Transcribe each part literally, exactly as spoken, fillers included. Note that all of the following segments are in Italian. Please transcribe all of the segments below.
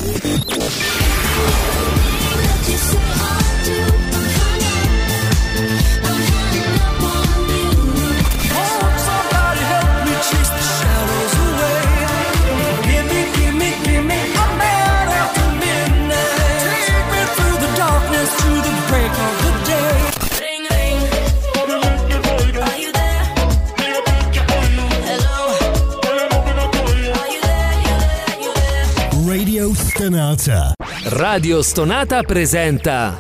Stonata. Radio Stonata presenta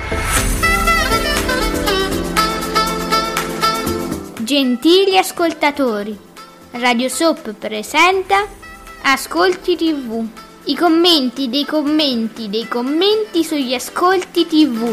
Gentili ascoltatori, Radio Soap presenta Ascolti tivù. I commenti dei commenti dei commenti sugli ascolti tivù.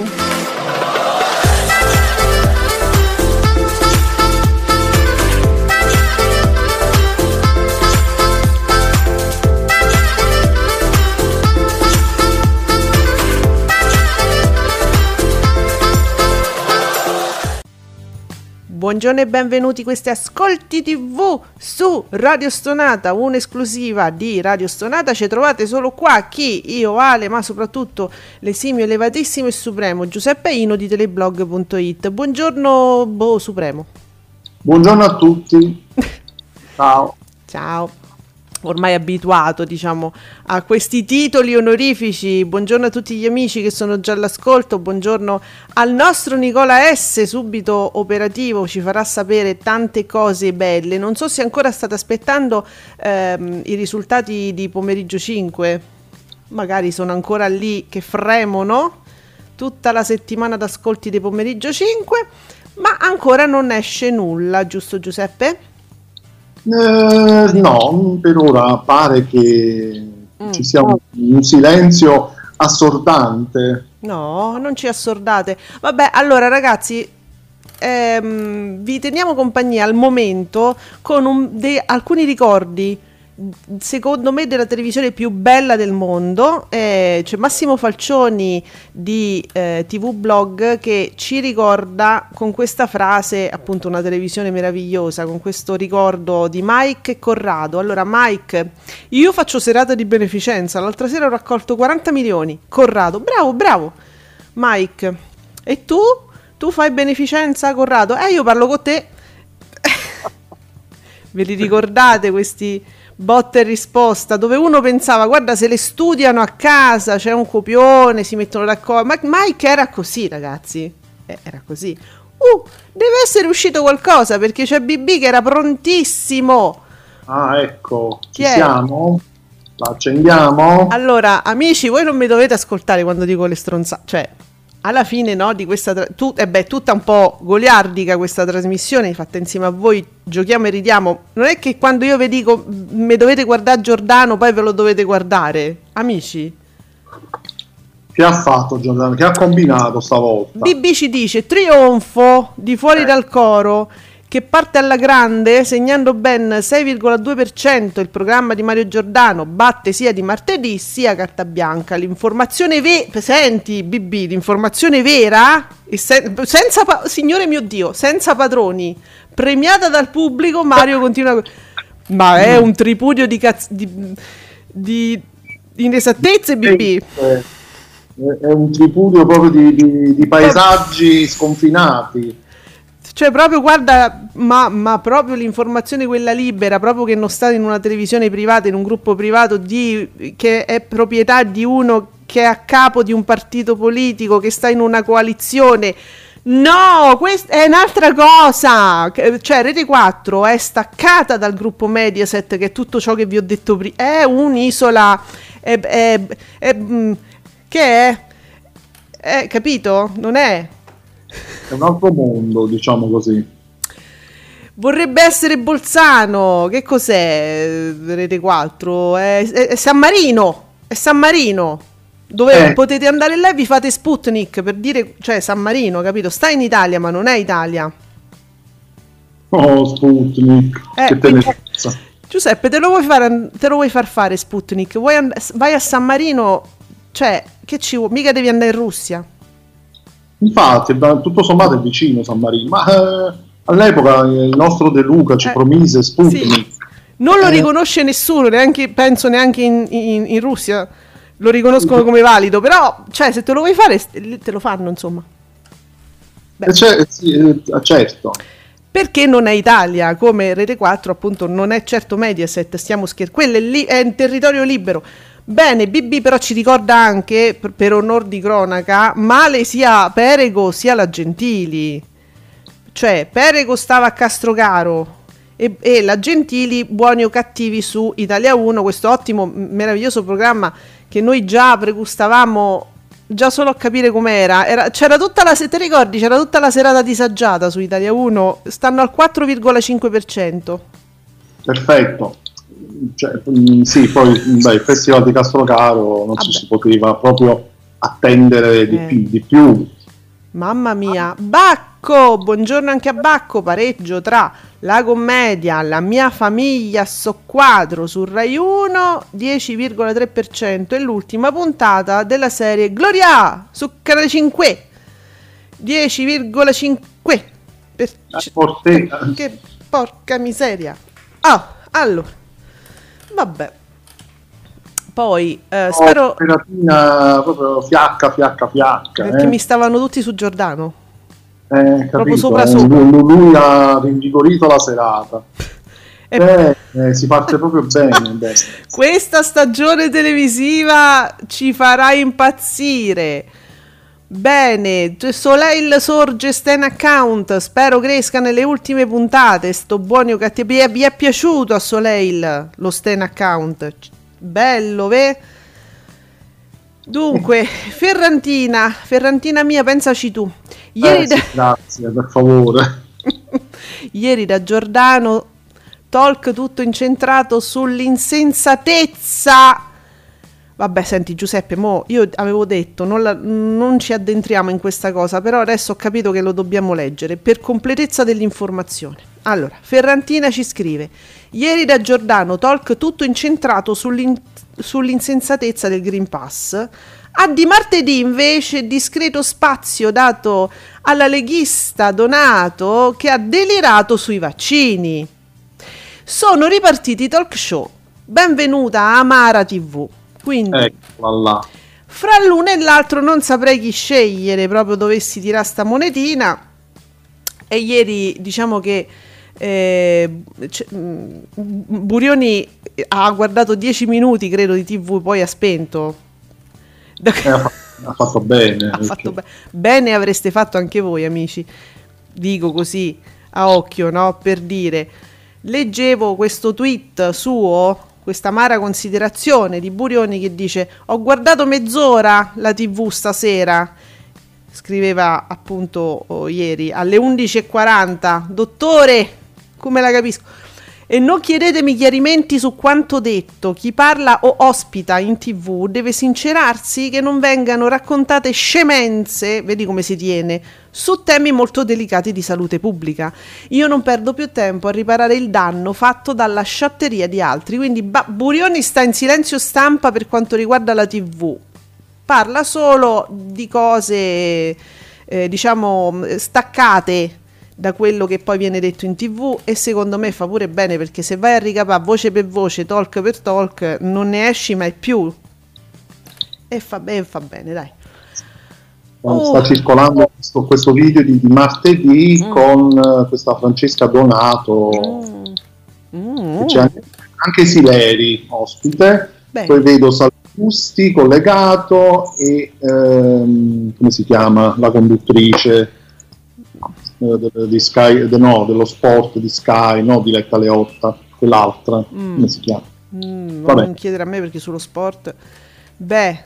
Buongiorno e benvenuti, questi Ascolti tivù su Radio Stonata, un'esclusiva di Radio Stonata. Ci trovate solo qua, chi? Io, Ale, ma soprattutto l'esimio, elevatissimo e supremo Giuseppe Ino di teleblog punto it. Buongiorno, boh, Supremo. Buongiorno a tutti. Ciao. Ciao. Ormai abituato, diciamo, a questi titoli onorifici. Buongiorno a tutti gli amici che sono già all'ascolto. Buongiorno al nostro Nicola S, subito operativo, ci farà sapere tante cose belle. Non so se ancora state aspettando ehm, i risultati di pomeriggio cinque. Magari sono ancora lì che fremono tutta la settimana d'ascolti di pomeriggio cinque, ma ancora non esce nulla, giusto Giuseppe? Eh, no, per ora pare che mm. ci sia un, un silenzio assordante. No, non ci assordate. Vabbè, allora ragazzi, ehm, vi teniamo compagnia al momento con un, de, alcuni ricordi, secondo me, della televisione più bella del mondo. Eh, c'è Massimo Falcioni di eh, tivù Blog che ci ricorda con questa frase, appunto, una televisione meravigliosa, con questo ricordo di Mike e Corrado. Allora, Mike: io faccio serata di beneficenza, l'altra sera ho raccolto quaranta milioni. Corrado: bravo, bravo. Mike: e tu? Tu fai beneficenza, Corrado? Eh, io parlo con te. Ve li ricordate questi botta e risposta, dove uno pensava, guarda, se le studiano a casa, c'è un copione, si mettono d'accordo. Ma Mike era così, ragazzi, eh, era così. Uh, deve essere uscito qualcosa, perché c'è B B che era prontissimo. Ah, ecco, ci siamo? La accendiamo? Allora, amici, voi non mi dovete ascoltare quando dico le stronzate, cioè, alla fine, no, di questa tra- tu, eh beh, tutta un po' goliardica questa trasmissione fatta insieme a voi, giochiamo e ridiamo. Non è che quando io vi dico me dovete guardare Giordano, poi ve lo dovete guardare, amici. Che ha fatto Giordano? Che ha combinato stavolta? B B ci dice: trionfo di Fuori eh. dal coro, che parte alla grande segnando ben sei virgola due per cento. Il programma di Mario Giordano batte sia di martedì sia carta bianca. L'informazione vera, senti B B, l'informazione vera e sen- senza pa- signore mio Dio, senza padroni, premiata dal pubblico. Mario continua, ma è un tripudio di cazzo, di, di inesattezze, B B. È un tripudio proprio di, di, di paesaggi sconfinati. Cioè proprio, guarda, ma, ma proprio l'informazione quella libera, proprio che non sta in una televisione privata, in un gruppo privato di, che è proprietà di uno che è a capo di un partito politico, che sta in una coalizione. No, questa è un'altra cosa. Cioè Rete quattro è staccata dal gruppo Mediaset, che è tutto ciò che vi ho detto prima. È un'isola, è, è, è, che è? È, capito? Non è... È un altro mondo, diciamo così. Vorrebbe essere Bolzano. Che cos'è Rete quattro? È, è, è San Marino. È San Marino. Dove eh. potete andare là e vi fate Sputnik, per dire, cioè San Marino, capito? Sta in Italia, ma non è Italia. Oh, Sputnik. Eh, che tenerezza. Giuseppe, te lo vuoi fare, te lo vuoi far fare Sputnik? Vuoi and- vai a San Marino, cioè, che ci vuoi? Mica devi andare in Russia. Infatti, tutto sommato è vicino San Marino, ma eh, all'epoca il nostro De Luca ci eh, promise Sputnik. Sì. Non lo eh. riconosce nessuno, neanche, penso neanche in, in, in Russia. lo riconoscono come valido, però cioè se te lo vuoi fare te lo fanno, insomma. Beh. Cioè, sì, eh, certo. Perché non è Italia, come Rete quattro appunto non è certo Mediaset, stiamo scherzando, quello è, li- è in territorio libero. Bene, B B però ci ricorda anche, per, per onor di cronaca, male sia Perego sia la Gentili. Cioè, Perego stava a Castrocaro e, e la Gentili buoni o cattivi su Italia uno, questo ottimo, meraviglioso programma che noi già pregustavamo già solo a capire com'era. Era, c'era tutta la, se ti ricordi, c'era tutta la serata disagiata su Italia uno, stanno al quattro virgola cinque per cento. Perfetto. Cioè, sì, poi beh, il Festival di Castrocaro non ci si poteva proprio attendere di, eh. più, di più. Mamma mia, Bacco, buongiorno anche a Bacco, pareggio tra la commedia, La mia famiglia a Soqquadro su Rai uno, dieci virgola tre per cento, e l'ultima puntata della serie Gloria su Canale cinque, dieci virgola cinque per cento. Che porca miseria. Oh, allora, vabbè. Poi eh, spero. Peratina proprio fiacca, fiacca, fiacca. Perché eh. mi stavano tutti su Giordano. Eh, capito, proprio sopra eh, sopra. Lui, lui ha rinvigorito la serata. E eh, eh, si parte proprio bene, bene. Questa stagione televisiva ci farà impazzire. Bene, Soleil sorge Stan Account, spero cresca nelle ultime puntate. Sto buoni o cattivi. Vi è, vi è piaciuto a Soleil lo Stan Account? Bello, ve? Dunque, Ferrantina, Ferrantina mia, pensaci tu. Ieri eh, sì, da... Grazie, per favore. Ieri da Giordano, talk tutto incentrato sull'insensatezza. Vabbè, senti Giuseppe, mo io avevo detto non, la, non ci addentriamo in questa cosa, però adesso ho capito che lo dobbiamo leggere per completezza dell'informazione. Allora, Ferrantina ci scrive: ieri da Giordano, talk tutto incentrato sull'in, sull'insensatezza del Green Pass. A di martedì invece discreto spazio dato alla leghista Donato, che ha delirato sui vaccini. Sono ripartiti i talk show. Benvenuta a Amara tivù. Quindi, eccola là. Fra l'uno e l'altro non saprei chi scegliere, proprio dovessi tirare sta monetina. E ieri diciamo che eh, Burioni ha guardato dieci minuti credo di tivù, poi ha spento. Eh, ha, ha fatto bene. Ha fatto be- bene avreste fatto anche voi, amici. Dico così a occhio, no? Per dire, leggevo questo tweet suo, questa amara considerazione di Burioni che dice: ho guardato mezz'ora la tivù stasera, scriveva appunto oh, ieri alle undici e quaranta. Dottore, come la capisco? E non chiedetemi chiarimenti su quanto detto. Chi parla o ospita in tivù deve sincerarsi che non vengano raccontate scemenze, vedi come si tiene, su temi molto delicati di salute pubblica. Io non perdo più tempo a riparare il danno fatto dalla sciatteria di altri. Quindi ba- Burioni sta in silenzio stampa per quanto riguarda la tivù. Parla solo di cose, eh, diciamo, staccate da quello che poi viene detto in tivù, e secondo me fa pure bene, perché se vai a ricapare voce per voce, talk per talk, non ne esci mai più, e fa, e fa bene, dai. Oh. Sta circolando questo, questo video di, di martedì mm. con uh, questa Francesca Donato, mm. Mm. C'è anche, anche Sileri ospite. Beh. Poi vedo Salvusti collegato e ehm, come si chiama la conduttrice di Sky, de, no, dello sport di Sky, no, Diletta Leotta, quell'altra, mm. come si chiama? Mm, non chiedere a me, perché sullo sport, beh,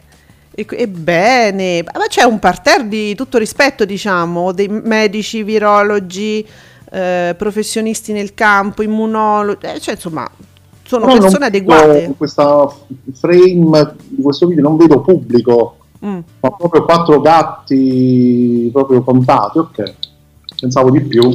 ebbene, ma c'è un parterre di tutto rispetto, diciamo, dei medici, virologi, eh, professionisti nel campo, immunologi, eh, cioè insomma, sono no, persone adeguate. Questa frame di questo video non vedo pubblico, mm. ma proprio quattro gatti proprio contati, ok. Pensavo di più.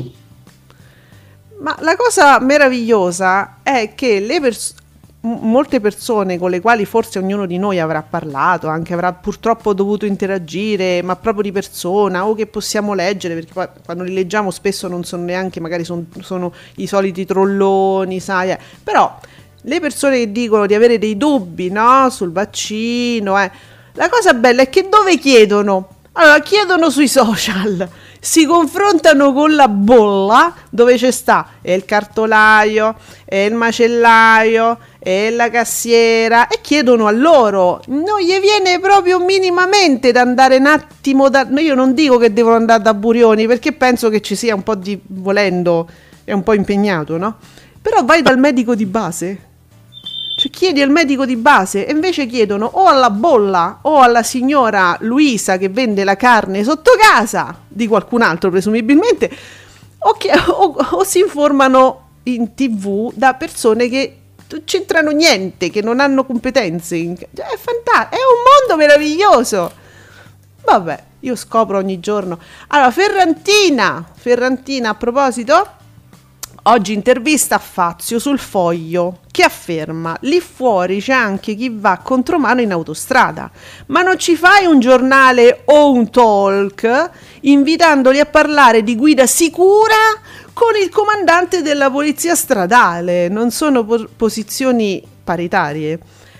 Ma la cosa meravigliosa è che le pers- m- molte persone con le quali forse ognuno di noi avrà parlato, anche avrà purtroppo dovuto interagire, ma proprio di persona, o che possiamo leggere, perché poi quando li leggiamo spesso non sono neanche, magari son- sono i soliti trolloni, sai, eh. Però le persone che dicono di avere dei dubbi, no, sul vaccino, eh, la cosa bella è che dove chiedono? Allora, chiedono sui social, si confrontano con la bolla dove c'è sta e il cartolaio, e il macellaio, e la cassiera, e chiedono a loro. Non gli viene proprio minimamente da andare un attimo da... Io non dico che devono andare da Burioni, perché penso che ci sia un po' di... volendo, è un po' impegnato, no? Però vai dal medico di base. Cioè chiedi al medico di base, e invece chiedono o alla bolla o alla signora Luisa che vende la carne sotto casa di qualcun altro presumibilmente, o, che, o, o si informano in tv da persone che non c'entrano niente, che non hanno competenze. Cioè, è fantastico, è un mondo meraviglioso. Vabbè, io scopro ogni giorno. Allora, Ferrantina, Ferrantina a proposito... Oggi intervista a Fazio sul Foglio che afferma: lì fuori c'è anche chi va contromano in autostrada, ma non ci fai un giornale o un talk invitandoli a parlare di guida sicura con il comandante della polizia stradale? Non sono po- posizioni paritarie.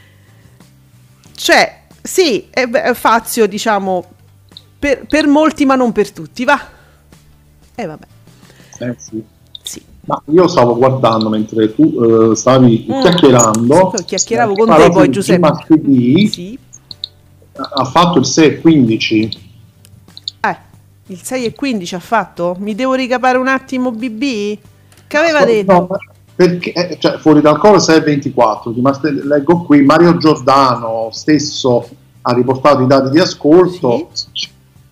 Cioè, sì, eh, beh, Fazio, diciamo, per, per molti ma non per tutti, va? E eh, vabbè. Eh sì. Sì. Ma io stavo guardando mentre tu uh, stavi mm. chiacchierando. Sì, chiacchieravo con te poi, Giuseppe. Martedì sì. ha fatto il sei e quindici. Eh, il sei e quindici ha fatto? Mi devo ricapare un attimo B B? Che aveva no, detto? No, perché, eh, cioè, fuori dal coro sei e ventiquattro. Di martedì, leggo qui, Mario Giordano stesso ha riportato i dati di ascolto. Sì.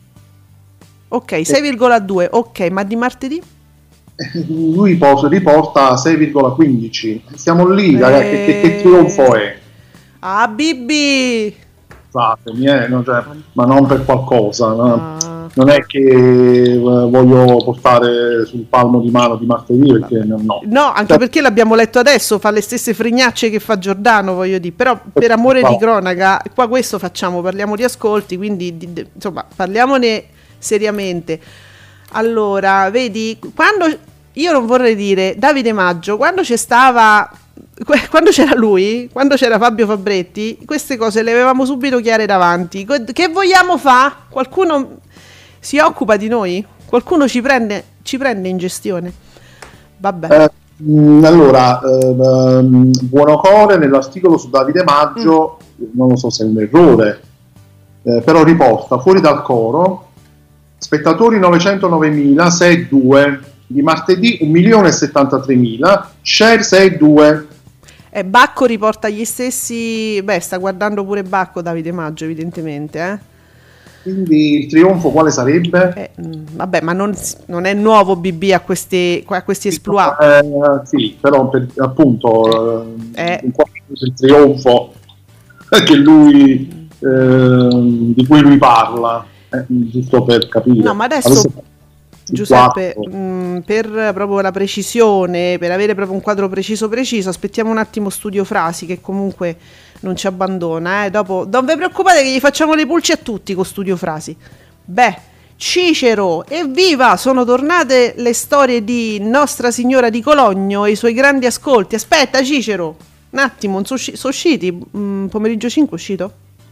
Ok, sei virgola due. Ok, ma di martedì? Lui riporta sei virgola quindici. Siamo lì, ragazzi, che, che, che trionfo è. Ah, Bibi! Fatemi, eh, no, cioè, ma non per qualcosa, no? Ah. Non è che eh, voglio portare sul palmo di mano di martedì, perché no. No, anche cioè, perché l'abbiamo letto adesso, fa le stesse fregnacce che fa Giordano, voglio dire, però per amore no. di cronaca, qua questo facciamo, parliamo di ascolti, quindi di, di, insomma, parliamone seriamente. Allora, vedi, quando io non vorrei dire Davide Maggio, quando c'è stava, quando c'era lui, quando c'era Fabio Fabretti, queste cose le avevamo subito chiare davanti. Che vogliamo fa? Qualcuno si occupa di noi? Qualcuno ci prende, ci prende in gestione? Vabbè. Eh, allora, eh, Buonocore nell'articolo su Davide Maggio, mm. non lo so se è un errore, eh, però riporta fuori dal coro. Spettatori novecentonovemila, sei virgola due, di martedì un milione e settantatremila, share sei virgola due. E Bacco riporta gli stessi, beh, sta guardando pure Bacco Davide Maggio evidentemente, eh? Quindi il trionfo quale sarebbe? Eh, vabbè, ma non, non è nuovo B B a questi, a questi esploit. Eh, sì, però per, appunto eh. eh. il trionfo che lui, eh, di cui lui parla. Eh, giusto per capire. No, ma adesso, adesso Giuseppe, mh, per proprio la precisione, per avere proprio un quadro preciso preciso, aspettiamo un attimo Studio Frasi che comunque non ci abbandona, eh. Dopo non vi preoccupate che gli facciamo le pulci a tutti con Studio Frasi. Beh, Cicero, evviva! Sono tornate le storie di Nostra Signora di Cologno e i suoi grandi ascolti. Aspetta Cicero, un attimo, sono so usciti, mh, pomeriggio cinque è uscito?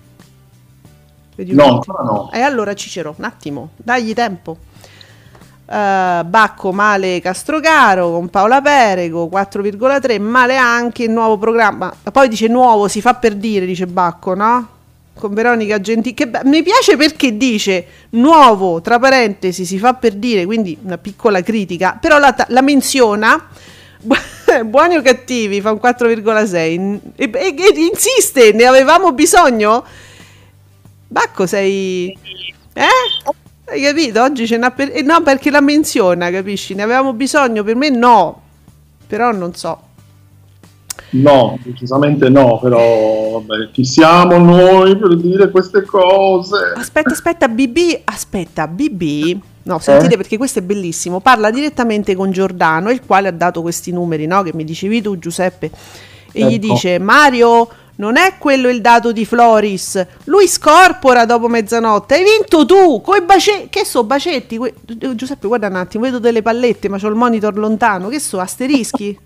No, no. E allora Cicero, un attimo, dagli tempo. Uh, Bacco male Castrocaro con Paola Perego quattro virgola tre, male anche il nuovo programma. Poi dice nuovo, si fa per dire, dice Bacco, no? Con Veronica Gentili, che mi piace perché dice nuovo, tra parentesi, si fa per dire, quindi una piccola critica, però la, la menziona. Buoni o cattivi, fa un quattro virgola sei e, e, e insiste, ne avevamo bisogno? Bacco, sei... Eh? Hai capito? Oggi ce n'ha per... Eh, no, perché la menziona, capisci? Ne avevamo bisogno? Per me no. Però non so. No, decisamente no, però vabbè, chi siamo noi per dire queste cose? Aspetta, aspetta, B B, aspetta, B B... No, sentite, eh? Perché questo è bellissimo. Parla direttamente con Giordano, il quale ha dato questi numeri, no? Che mi dicevi tu, Giuseppe. E ecco. Gli dice, Mario... Non è quello il dato di Floris. Lui scorpora dopo mezzanotte. Hai vinto tu coi bacetti. Che so, bacetti? Que- Giuseppe, guarda un attimo, vedo delle pallette, ma c'ho il monitor lontano. Che so, asterischi?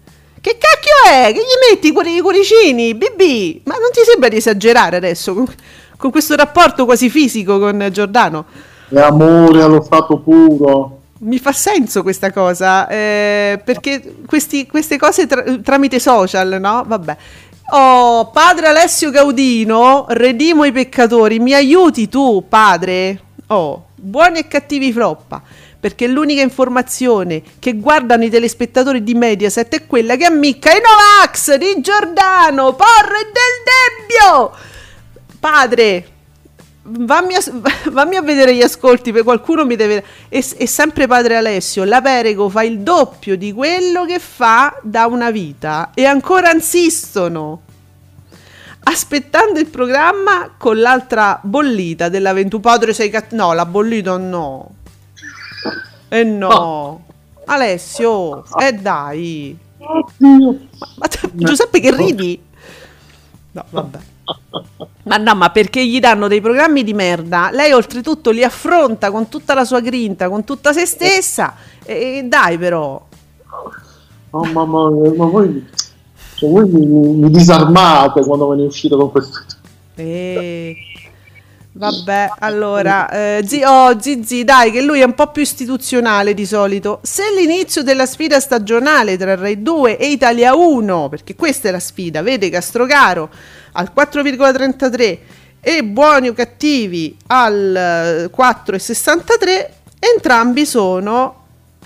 Che cacchio è? Che gli metti i cuoricini, Bibi? Ma non ti sembra di esagerare adesso con, con questo rapporto quasi fisico con Giordano? È amore allo stato puro. Mi fa senso questa cosa, eh, perché questi, queste cose tra, tramite social, no? Vabbè. Oh, padre Alessio Gaudino, redimo i peccatori, mi aiuti tu, padre? Oh, buoni e cattivi floppa, perché l'unica informazione che guardano i telespettatori di Mediaset è quella che ammicca i Novax di Giordano, Porro e Del Debbio. Padre, Vammi a, vammi a vedere gli ascolti, per qualcuno mi deve. E, e sempre padre Alessio, la Perego fa il doppio di quello che fa da una vita e ancora insistono, aspettando il programma con l'altra bollita della ventù. Padre sei cat... no, la bollita no. E eh no. Oh. Alessio, e eh dai. Ma, ma, Giuseppe che ridi? No, vabbè. Ma no, ma perché gli danno dei programmi di merda, lei oltretutto li affronta con tutta la sua grinta, con tutta se stessa, e, e dai però. Oh mamma mia, ma voi, cioè voi mi, mi disarmate quando ve ne uscite con questo. Eh, vabbè, allora, eh, zi, oh, Zizi, dai, che lui è un po' più istituzionale di solito. Se l'inizio della sfida stagionale tra Rai due e Italia uno, perché questa è la sfida, vede Castrocaro al quattro virgola trentatré e Buoni o Cattivi al quattro virgola sessantatré, entrambi sono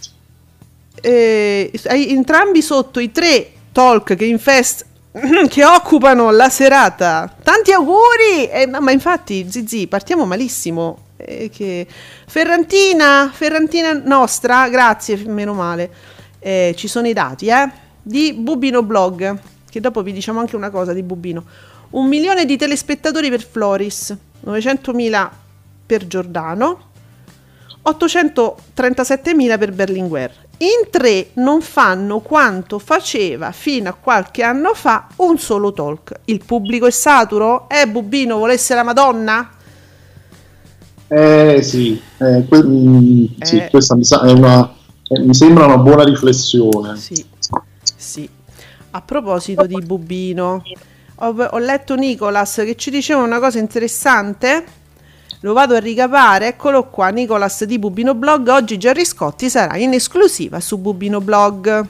eh, entrambi sotto i tre talk che infest che occupano la serata. Tanti auguri! Eh, no, ma infatti, Zizi, partiamo malissimo. Eh, che... Ferrantina, Ferrantina nostra, grazie, meno male. Eh, ci sono i dati, eh, di Bubino Blog, che dopo vi diciamo anche una cosa di Bubino. Un milione di telespettatori per Floris, novecentomila per Giordano, ottocentotrentasettemila per Berlinguer. In tre non fanno quanto faceva fino a qualche anno fa un solo talk. Il pubblico è saturo? Eh, Bubino, volesse la Madonna? Eh sì, eh, que- mh, sì eh. questa mi, sa- è una, eh, mi sembra una buona riflessione. Sì, sì. A proposito di Bubino, ho, ho letto Nicolas che ci diceva una cosa interessante. Lo vado a ricapare, eccolo qua, Nicolas di Bubino Blog. Oggi Gerry Scotti sarà in esclusiva su Bubino Blog.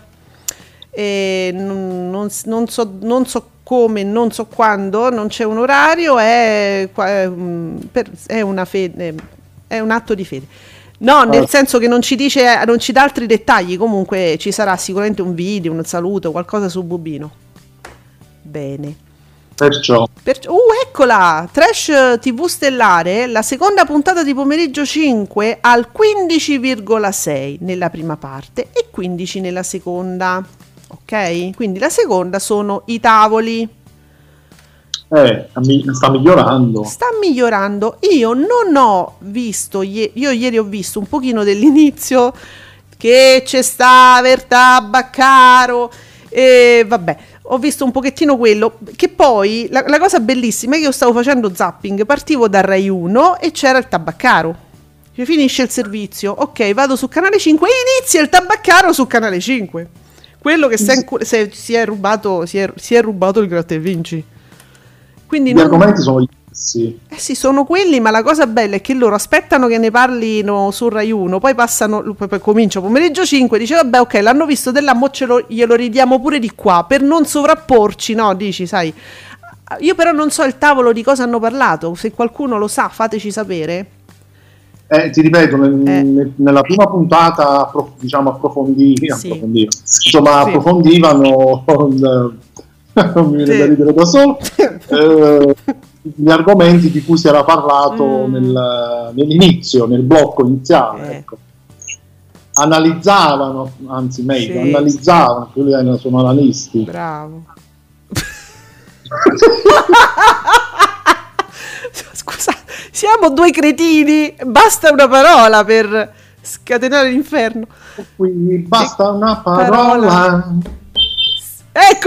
E non, non, non, so, non so come, non so quando, non c'è un orario, è, è una fede, è un atto di fede. No, nel senso che non ci dice, non ci dà altri dettagli. Comunque ci sarà sicuramente un video, un saluto, qualcosa su Bubino. Bene. Perciò. Perciò, uh, eccola, Trash tivù Stellare, la seconda puntata di pomeriggio cinque al quindici virgola sei nella prima parte e quindici nella seconda. Ok? Quindi la seconda sono i tavoli. Eh, sta migliorando. Sta migliorando. Io non ho visto, io ieri ho visto un pochino dell'inizio che c'è sta Verta Baccaro e vabbè. Ho visto un pochettino quello, che poi la, la cosa bellissima è che io stavo facendo zapping, partivo da Rai uno e c'era il Tabaccaro. Cioè, finisce il servizio, ok, vado su Canale cinque e inizia il Tabaccaro su Canale cinque. Quello che si è, se, si è rubato si è, si è rubato il gratta e vinci. Quindi gli non... argomenti sono gli stessi. Eh sì, sono quelli, ma la cosa bella è che loro aspettano che ne parlino su Rai uno, poi passano, poi, poi comincia pomeriggio cinque, dice vabbè ok, l'hanno visto della, mo ce lo, glielo ridiamo pure di qua, per non sovrapporci, no, dici, sai. Io però non so il tavolo di cosa hanno parlato, se qualcuno lo sa fateci sapere. Eh, ti ripeto, nel, eh. nella prima puntata approf- diciamo approfondivano, sì. approfondivano. Insomma, sì. approfondivano con, non mi viene da ridere da solo, eh, gli argomenti di cui si era parlato mm. nel, nell'inizio, nel blocco iniziale. Eh. Ecco. Analizzavano, anzi meglio, sì. analizzavano, quelli sono analisti. Bravo. Scusa, siamo due cretini, basta una parola per scatenare l'inferno. Quindi basta e una parola. parola. Ecco,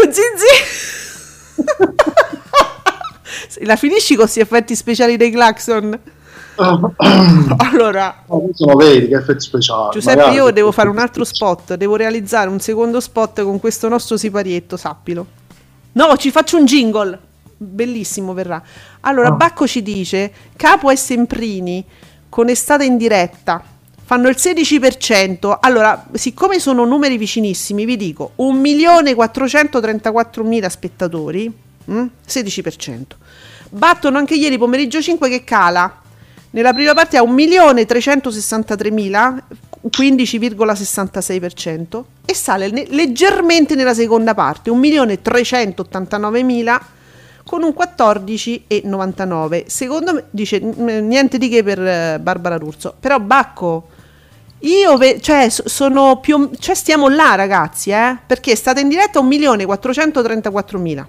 Zizi. La finisci con questi effetti speciali dei clacson? Allora, no, sono veri, che effetti speciali. Giuseppe, magari. io devo fare un altro spot, devo realizzare un secondo spot con questo nostro siparietto, sappilo. No, ci faccio un jingle, bellissimo verrà. Allora, Ah. Bacco ci dice, Capo e Semprini con Estate in diretta fanno il sedici per cento. Allora, siccome sono numeri vicinissimi, vi dico un milione quattrocentotrentaquattromila spettatori, mm? sedici per cento. Battono anche ieri pomeriggio cinque che cala. Nella prima parte ha un milione trecentosessantatremila, quindici virgola sessantasei per cento, e sale ne- leggermente nella seconda parte, un milione trecentottantanovemila con un quattordici virgola novantanove. Secondo me, dice, n- niente di che per eh, Barbara D'Urso, però Bacco, io ve- cioè, so- sono più, cioè stiamo là ragazzi, eh, perché è stata in diretta un milione quattrocentotrentaquattromila.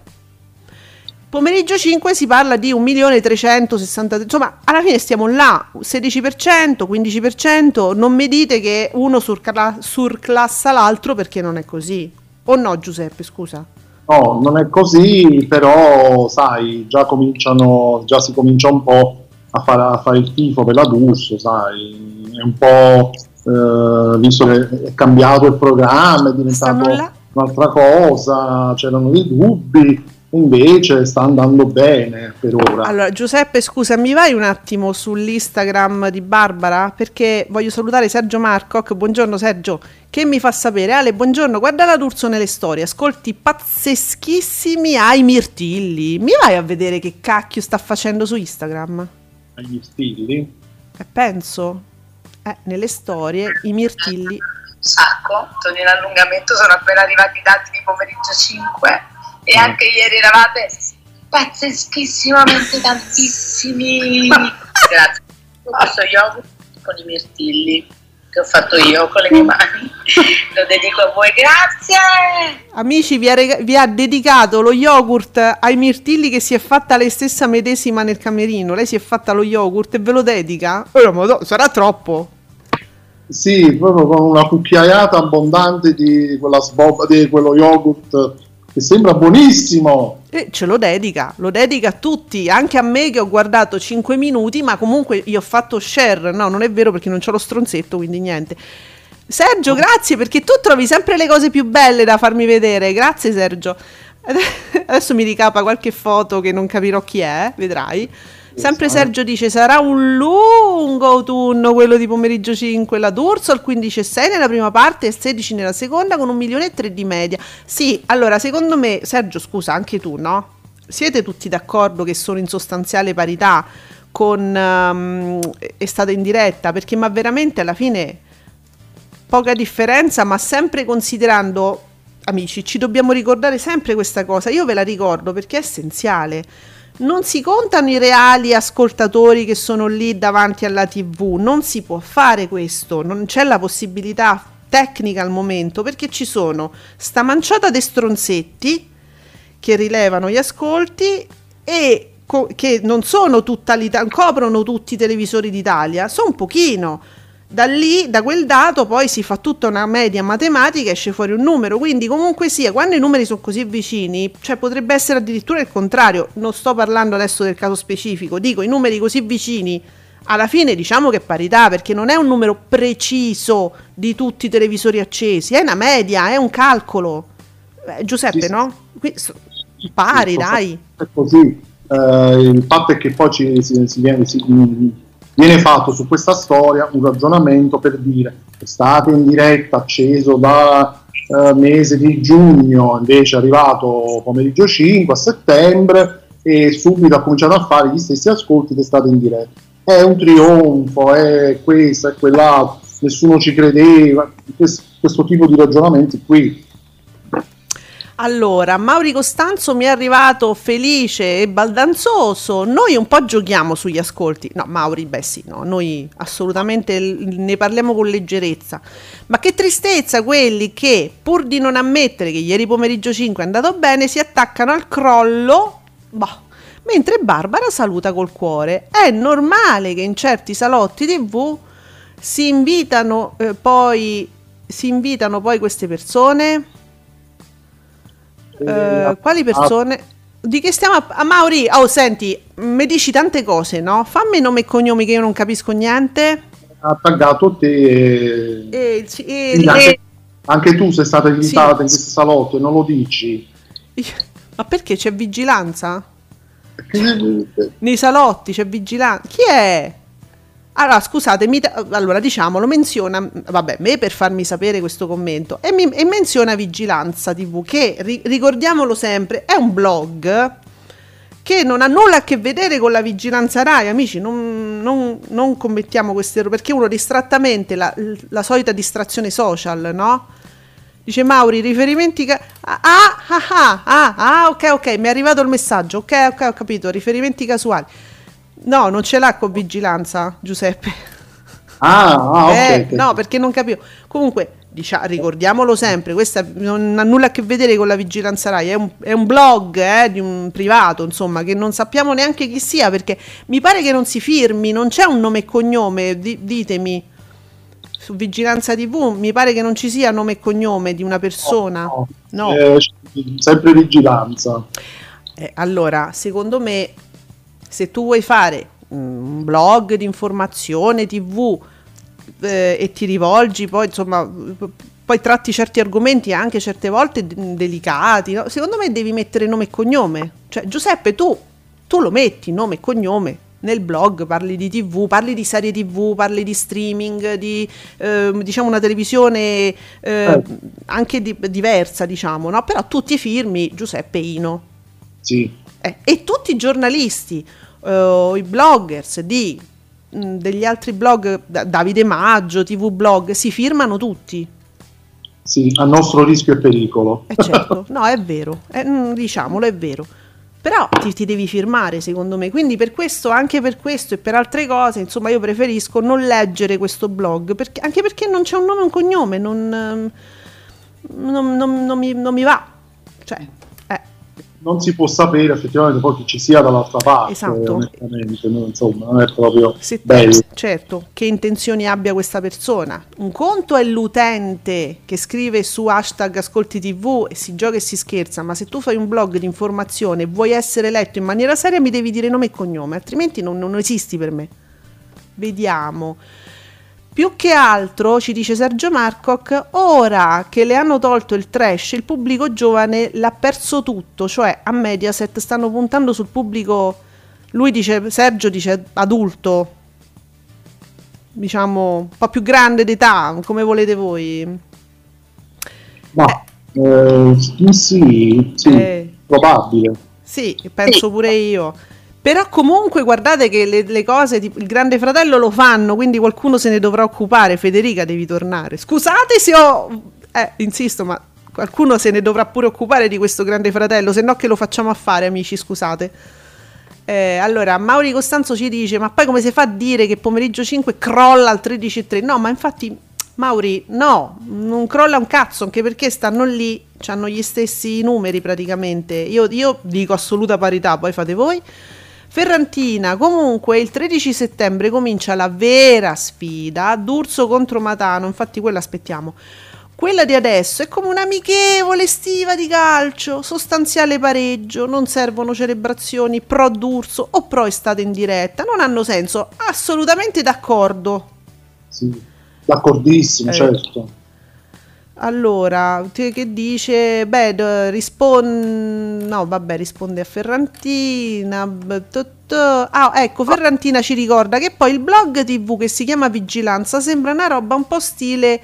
Pomeriggio cinque si parla di un milione trecentosessanta, insomma alla fine stiamo là, sedici per cento, quindici per cento, non mi dite che uno surcla- surclassa l'altro, perché non è così. O no Giuseppe, scusa? No, non è così, però sai, già cominciano, già si comincia un po' a fare, a fare il tifo per la D'Urso, sai, è un po', eh, visto che è cambiato il programma, è diventato Stanno là. un'altra cosa, c'erano dei dubbi, invece sta andando bene per ora. Allora Giuseppe, scusa, mi vai un attimo sull'Instagram di Barbara, perché voglio salutare Sergio Marcoc. Buongiorno Sergio, che mi fa sapere: Ale, buongiorno, guarda la D'Urso nelle storie, ascolti pazzeschissimi ai mirtilli. Mi vai a vedere che cacchio sta facendo su Instagram? Agli stilli? Eh, penso eh, nelle storie i mirtilli. Sacco, torni in allungamento, sono appena arrivati i dati di pomeriggio cinque e anche ieri eravate pazzeschissimamente tantissimi. Grazie. Questo yogurt con i mirtilli che ho fatto io con le mie mani lo dedico a voi, grazie. Amici, vi ha, rega- vi ha dedicato lo yogurt ai mirtilli che si è fatta lei stessa medesima nel camerino. Lei si è fatta lo yogurt e ve lo dedica? Oh, ma no, sarà troppo. Sì, proprio con una cucchiaiata abbondante di quella sboba, di quello yogurt che sembra buonissimo. E ce lo dedica, lo dedica a tutti, anche a me che ho guardato cinque minuti, ma comunque io ho fatto share. No, non è vero, perché non c'ho lo stronzetto, quindi niente. Sergio, grazie, perché tu trovi sempre le cose più belle da farmi vedere. Grazie Sergio. Adesso mi ricapa qualche foto che non capirò chi è, vedrai. Sempre Sergio dice: sarà un lungo autunno quello di pomeriggio cinque, la D'Urso al quindici virgola sei nella prima parte e sedici nella seconda, con un milione e tre di media. Sì, allora secondo me, Sergio, scusa, anche tu, no? Siete tutti d'accordo che sono in sostanziale parità con um, Estate in diretta? Perché ma veramente alla fine poca differenza, ma sempre considerando, amici, ci dobbiamo ricordare sempre questa cosa. Io ve la ricordo perché è essenziale. Non si contano i reali ascoltatori che sono lì davanti alla tivù, non si può fare questo, non c'è la possibilità tecnica al momento, perché ci sono sta manciata di stronzetti che rilevano gli ascolti e co- che non sono tutta l'Italia, coprono tutti i televisori d'Italia, sono un pochino. Da lì, da quel dato, poi si fa tutta una media matematica e esce fuori un numero. Quindi comunque sia, quando i numeri sono così vicini, cioè potrebbe essere addirittura il contrario. Non sto parlando adesso del caso specifico, dico i numeri così vicini, alla fine diciamo che è parità, perché non è un numero preciso di tutti i televisori accesi, è una media, è un calcolo. Eh, Giuseppe, Sì, sì. no? Qui, pari, Sì, dai. È così. Eh, il fatto è che poi ci, si, si viene, si, viene fatto su questa storia un ragionamento per dire: Estate in diretta acceso da eh, mese di giugno, invece è arrivato pomeriggio cinque a settembre e subito ha cominciato a fare gli stessi ascolti di Estate in diretta. È un trionfo, è questo, è quell'altro, nessuno ci credeva, questo, questo tipo di ragionamenti qui. Allora, Mauri Costanzo mi è arrivato felice e baldanzoso. Noi un po' giochiamo sugli ascolti. No, Mauri, beh sì, no, noi assolutamente ne parliamo con leggerezza. Ma che tristezza quelli che, pur di non ammettere che ieri pomeriggio cinque è andato bene, si attaccano al crollo. Boh. Mentre Barbara saluta col cuore. È normale che in certi salotti tivù si invitano eh, poi si invitano poi queste persone. Uh, quali persone? Di che stiamo a, a Mauri? Oh, senti, mi dici tante cose, no? Fammi nome e cognomi che io non capisco niente. Ha taggato te e... E, e, Quindi anche, e- anche tu sei stata invitata Sì. in questo salotto e non lo dici. Ma perché c'è vigilanza? Perché- Nei salotti c'è vigilanza. Chi è? Allora, scusate, mi ta- allora diciamolo, menziona, vabbè, me per farmi sapere questo commento, e, mi- e menziona Vigilanza tivù, che ri- ricordiamolo sempre, è un blog che non ha nulla a che vedere con la vigilanza Rai, amici, non, non- non commettiamo questi errori, perché uno distrattamente, la, la solita distrazione social, no? Dice Mauri, riferimenti... Ca- ah, ah, ah, ah, ah, ok, ok, mi è arrivato il messaggio, ok, ok, ho capito, riferimenti casuali. No, non ce l'ha con Vigilanza, Giuseppe. Ah, ah, ok. Eh, ok. no, perché non capivo. Comunque, diciamo, ricordiamolo sempre, questa non ha nulla a che vedere con la Vigilanza Rai, è un, è un blog eh, di un privato, insomma, che non sappiamo neanche chi sia, perché mi pare che non si firmi, non c'è un nome e cognome, di- ditemi. Su Vigilanza tivù mi pare che non ci sia nome e cognome di una persona. No, No. Eh, sempre vigilanza. Eh, allora, secondo me, se tu vuoi fare un blog di informazione tivù eh, e ti rivolgi, poi insomma, p- poi tratti certi argomenti anche certe volte d- delicati, no? Secondo me devi mettere nome e cognome. Cioè, Giuseppe, tu, tu lo metti nome e cognome. Nel blog parli di tivù, parli di serie tivù, parli di streaming, di eh, diciamo una televisione eh, Eh. anche di- diversa, diciamo, no? Però tu ti firmi Giuseppe Ino. Sì. Eh, e tutti i giornalisti, eh, i bloggers di, mh, degli altri blog, da- Davide Maggio, tivù Blog, si firmano tutti. Sì, a nostro rischio e pericolo. Eh certo, no, è vero, eh, mm, diciamolo, è vero. Però ti, ti devi firmare, secondo me. Quindi per questo, anche per questo e per altre cose, insomma, io preferisco non leggere questo blog, perché, anche perché non c'è un nome e un cognome, non, ehm, non, non- non mi, non mi va. Cioè, eh. Non si può sapere effettivamente poi chi ci sia dall'altra parte. Esatto. Onestamente, no? Insomma, non è proprio Se- bello. certo, che intenzioni abbia questa persona. Un conto è l'utente che scrive su hashtag ascolti tivù e si gioca e si scherza, ma se tu fai un blog di informazione e vuoi essere letto in maniera seria mi devi dire nome e cognome, altrimenti non, non esisti per me. Vediamo. Più che altro, ci dice Sergio Marcoc, ora che le hanno tolto il trash, il pubblico giovane l'ha perso tutto, cioè a Mediaset stanno puntando sul pubblico, lui dice, Sergio dice adulto, diciamo un po' più grande d'età, come volete voi. Ma eh, sì, sì, Eh. probabile. Sì, penso pure io. Però comunque guardate che le, le cose, tipo il Grande Fratello lo fanno, quindi qualcuno se ne dovrà occupare. Federica, devi tornare. Scusate se ho... Eh, insisto, ma qualcuno se ne dovrà pure occupare di questo Grande Fratello, se no che lo facciamo a fare, amici, scusate. Eh, allora, Mauri Costanzo ci dice, ma poi come si fa a dire che pomeriggio cinque crolla al tredici e tre? No, ma infatti, Mauri, no, non crolla un cazzo, anche perché stanno lì, hanno gli stessi numeri praticamente. Io, io dico assoluta parità, poi fate voi. Ferrantina, comunque il tredici settembre comincia la vera sfida, D'Urso contro Matano, infatti quella aspettiamo. Quella di adesso è come un'amichevole estiva di calcio, sostanziale pareggio, non servono celebrazioni pro D'Urso o pro estate in diretta, non hanno senso, assolutamente d'accordo. Sì, d'accordissimo, Eh. certo. Allora, te- che dice? Beh, risponde... No, vabbè, risponde a Ferrantina. b- t- t- Ah, ecco, Ferrantina ci ricorda che poi il blog tivù che si chiama Vigilanza sembra una roba un po' stile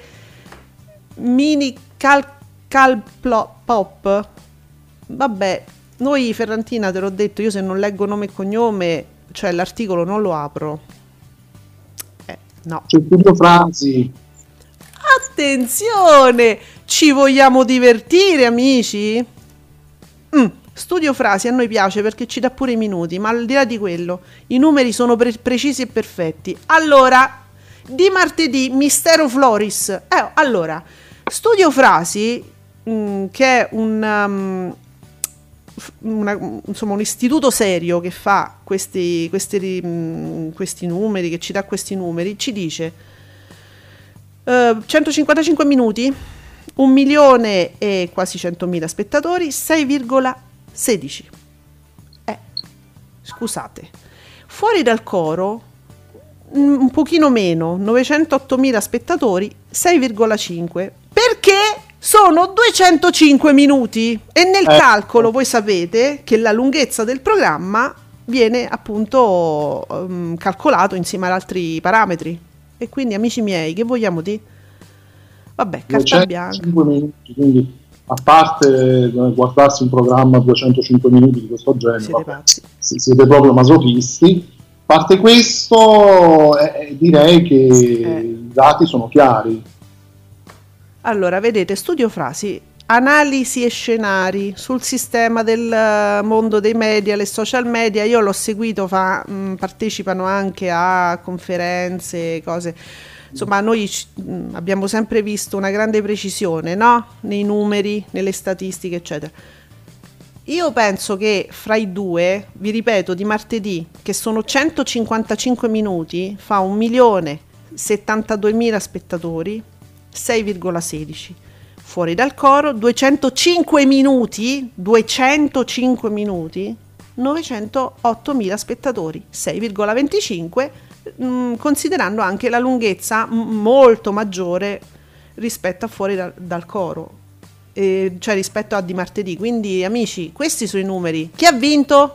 mini cal, cal plo- pop. Vabbè, noi Ferrantina, te l'ho detto, io se non leggo nome e cognome, cioè l'articolo non lo apro. Eh, no. C'è Studio Frasi. Attenzione, ci vogliamo divertire, amici? Mm, Studio Frasi a noi piace perché ci dà pure i minuti, ma al di là di quello, i numeri sono pre- precisi e perfetti. Allora, di martedì, Mistero Floris. Eh, allora, Studio Frasi, mm, che è un, um, f- una- insomma, un istituto serio che fa questi, questi, mm, questi numeri, che ci dà questi numeri, ci dice... Uh, centocinquantacinque minuti, un milione e quasi centomila spettatori, sei virgola sedici. scusate. Fuori dal coro un pochino meno, novecentottomila spettatori, sei virgola cinque, perché sono duecentocinque minuti e nel eh. calcolo voi sapete che la lunghezza del programma viene appunto um, calcolato insieme ad altri parametri, e quindi amici miei, che vogliamo dire? Vabbè, carta bianca. cinque minuti, quindi a parte guardarsi un programma a duecentocinque minuti di questo genere, siete, vabbè, siete proprio masochisti. A parte questo, eh, direi che eh. i dati sono chiari. Allora, vedete, studio frasi, analisi e scenari sul sistema del mondo dei media, le social media. Io l'ho seguito, fa, mh, partecipano anche a conferenze, cose. Insomma, noi mh, abbiamo sempre visto una grande precisione, no? Nei numeri, nelle statistiche, eccetera. Io penso che fra i due, vi ripeto, di martedì, che sono centocinquantacinque minuti, fa un milione settantaduemila spettatori, sei virgola sedici. Fuori dal coro, duecentocinque minuti, duecentocinque minuti, novecentoottomila spettatori, sei virgola venticinque, mh, considerando anche la lunghezza m- molto maggiore rispetto a fuori da- dal coro. Eh, cioè rispetto a di martedì. Quindi amici, questi sono i numeri. Chi ha vinto?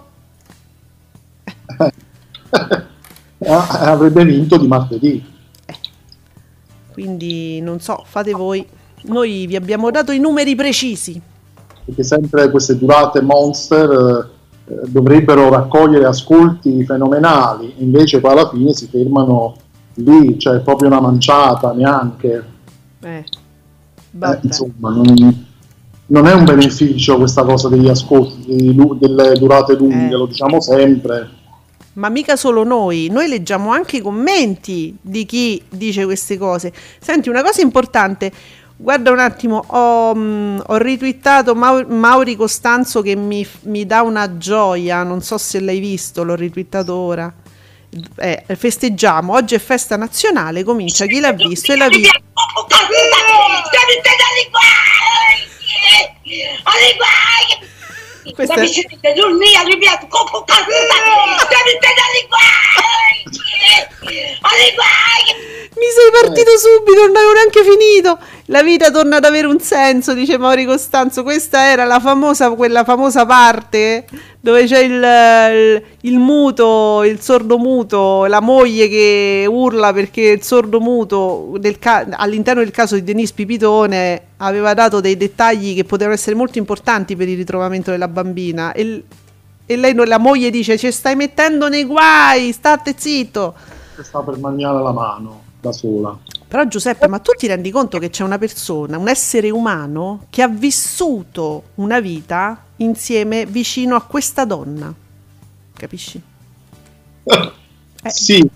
Avrebbe vinto di martedì. Eh. Quindi non so, fate voi. Noi vi abbiamo dato i numeri precisi. Perché sempre queste durate monster eh, dovrebbero raccogliere ascolti fenomenali, invece poi alla fine si fermano lì, cioè proprio una manciata neanche. Eh. Eh, insomma, non, non è un beneficio questa cosa degli ascolti, delle durate lunghe, eh. lo diciamo sempre. Ma mica solo noi, noi leggiamo anche i commenti di chi dice queste cose. Senti, una cosa importante, guarda un attimo, ho, mh, ho ritwittato Mau- Mauri Costanzo che mi, mi dà una gioia, non so se l'hai visto, l'ho ritwittato ora. Eh, festeggiamo, oggi è festa nazionale, comincia chi l'ha visto e la vita. Questa è... Mi sei partito subito, non avevo neanche finito. La vita torna ad avere un senso, dice Mauri Costanzo. Questa era la famosa, quella famosa parte dove c'è il, il, il muto, il sordo muto, la moglie che urla perché il sordo muto del ca- all'interno del caso di Denise Pipitone aveva dato dei dettagli che potevano essere molto importanti per il ritrovamento della bambina, e, e lei, la moglie dice: ci stai mettendo nei guai, state zitto. Sta per mangiare la mano da sola. Però Giuseppe, ma tu ti rendi conto che c'è una persona, un essere umano che ha vissuto una vita insieme vicino a questa donna, capisci? Eh. Sì,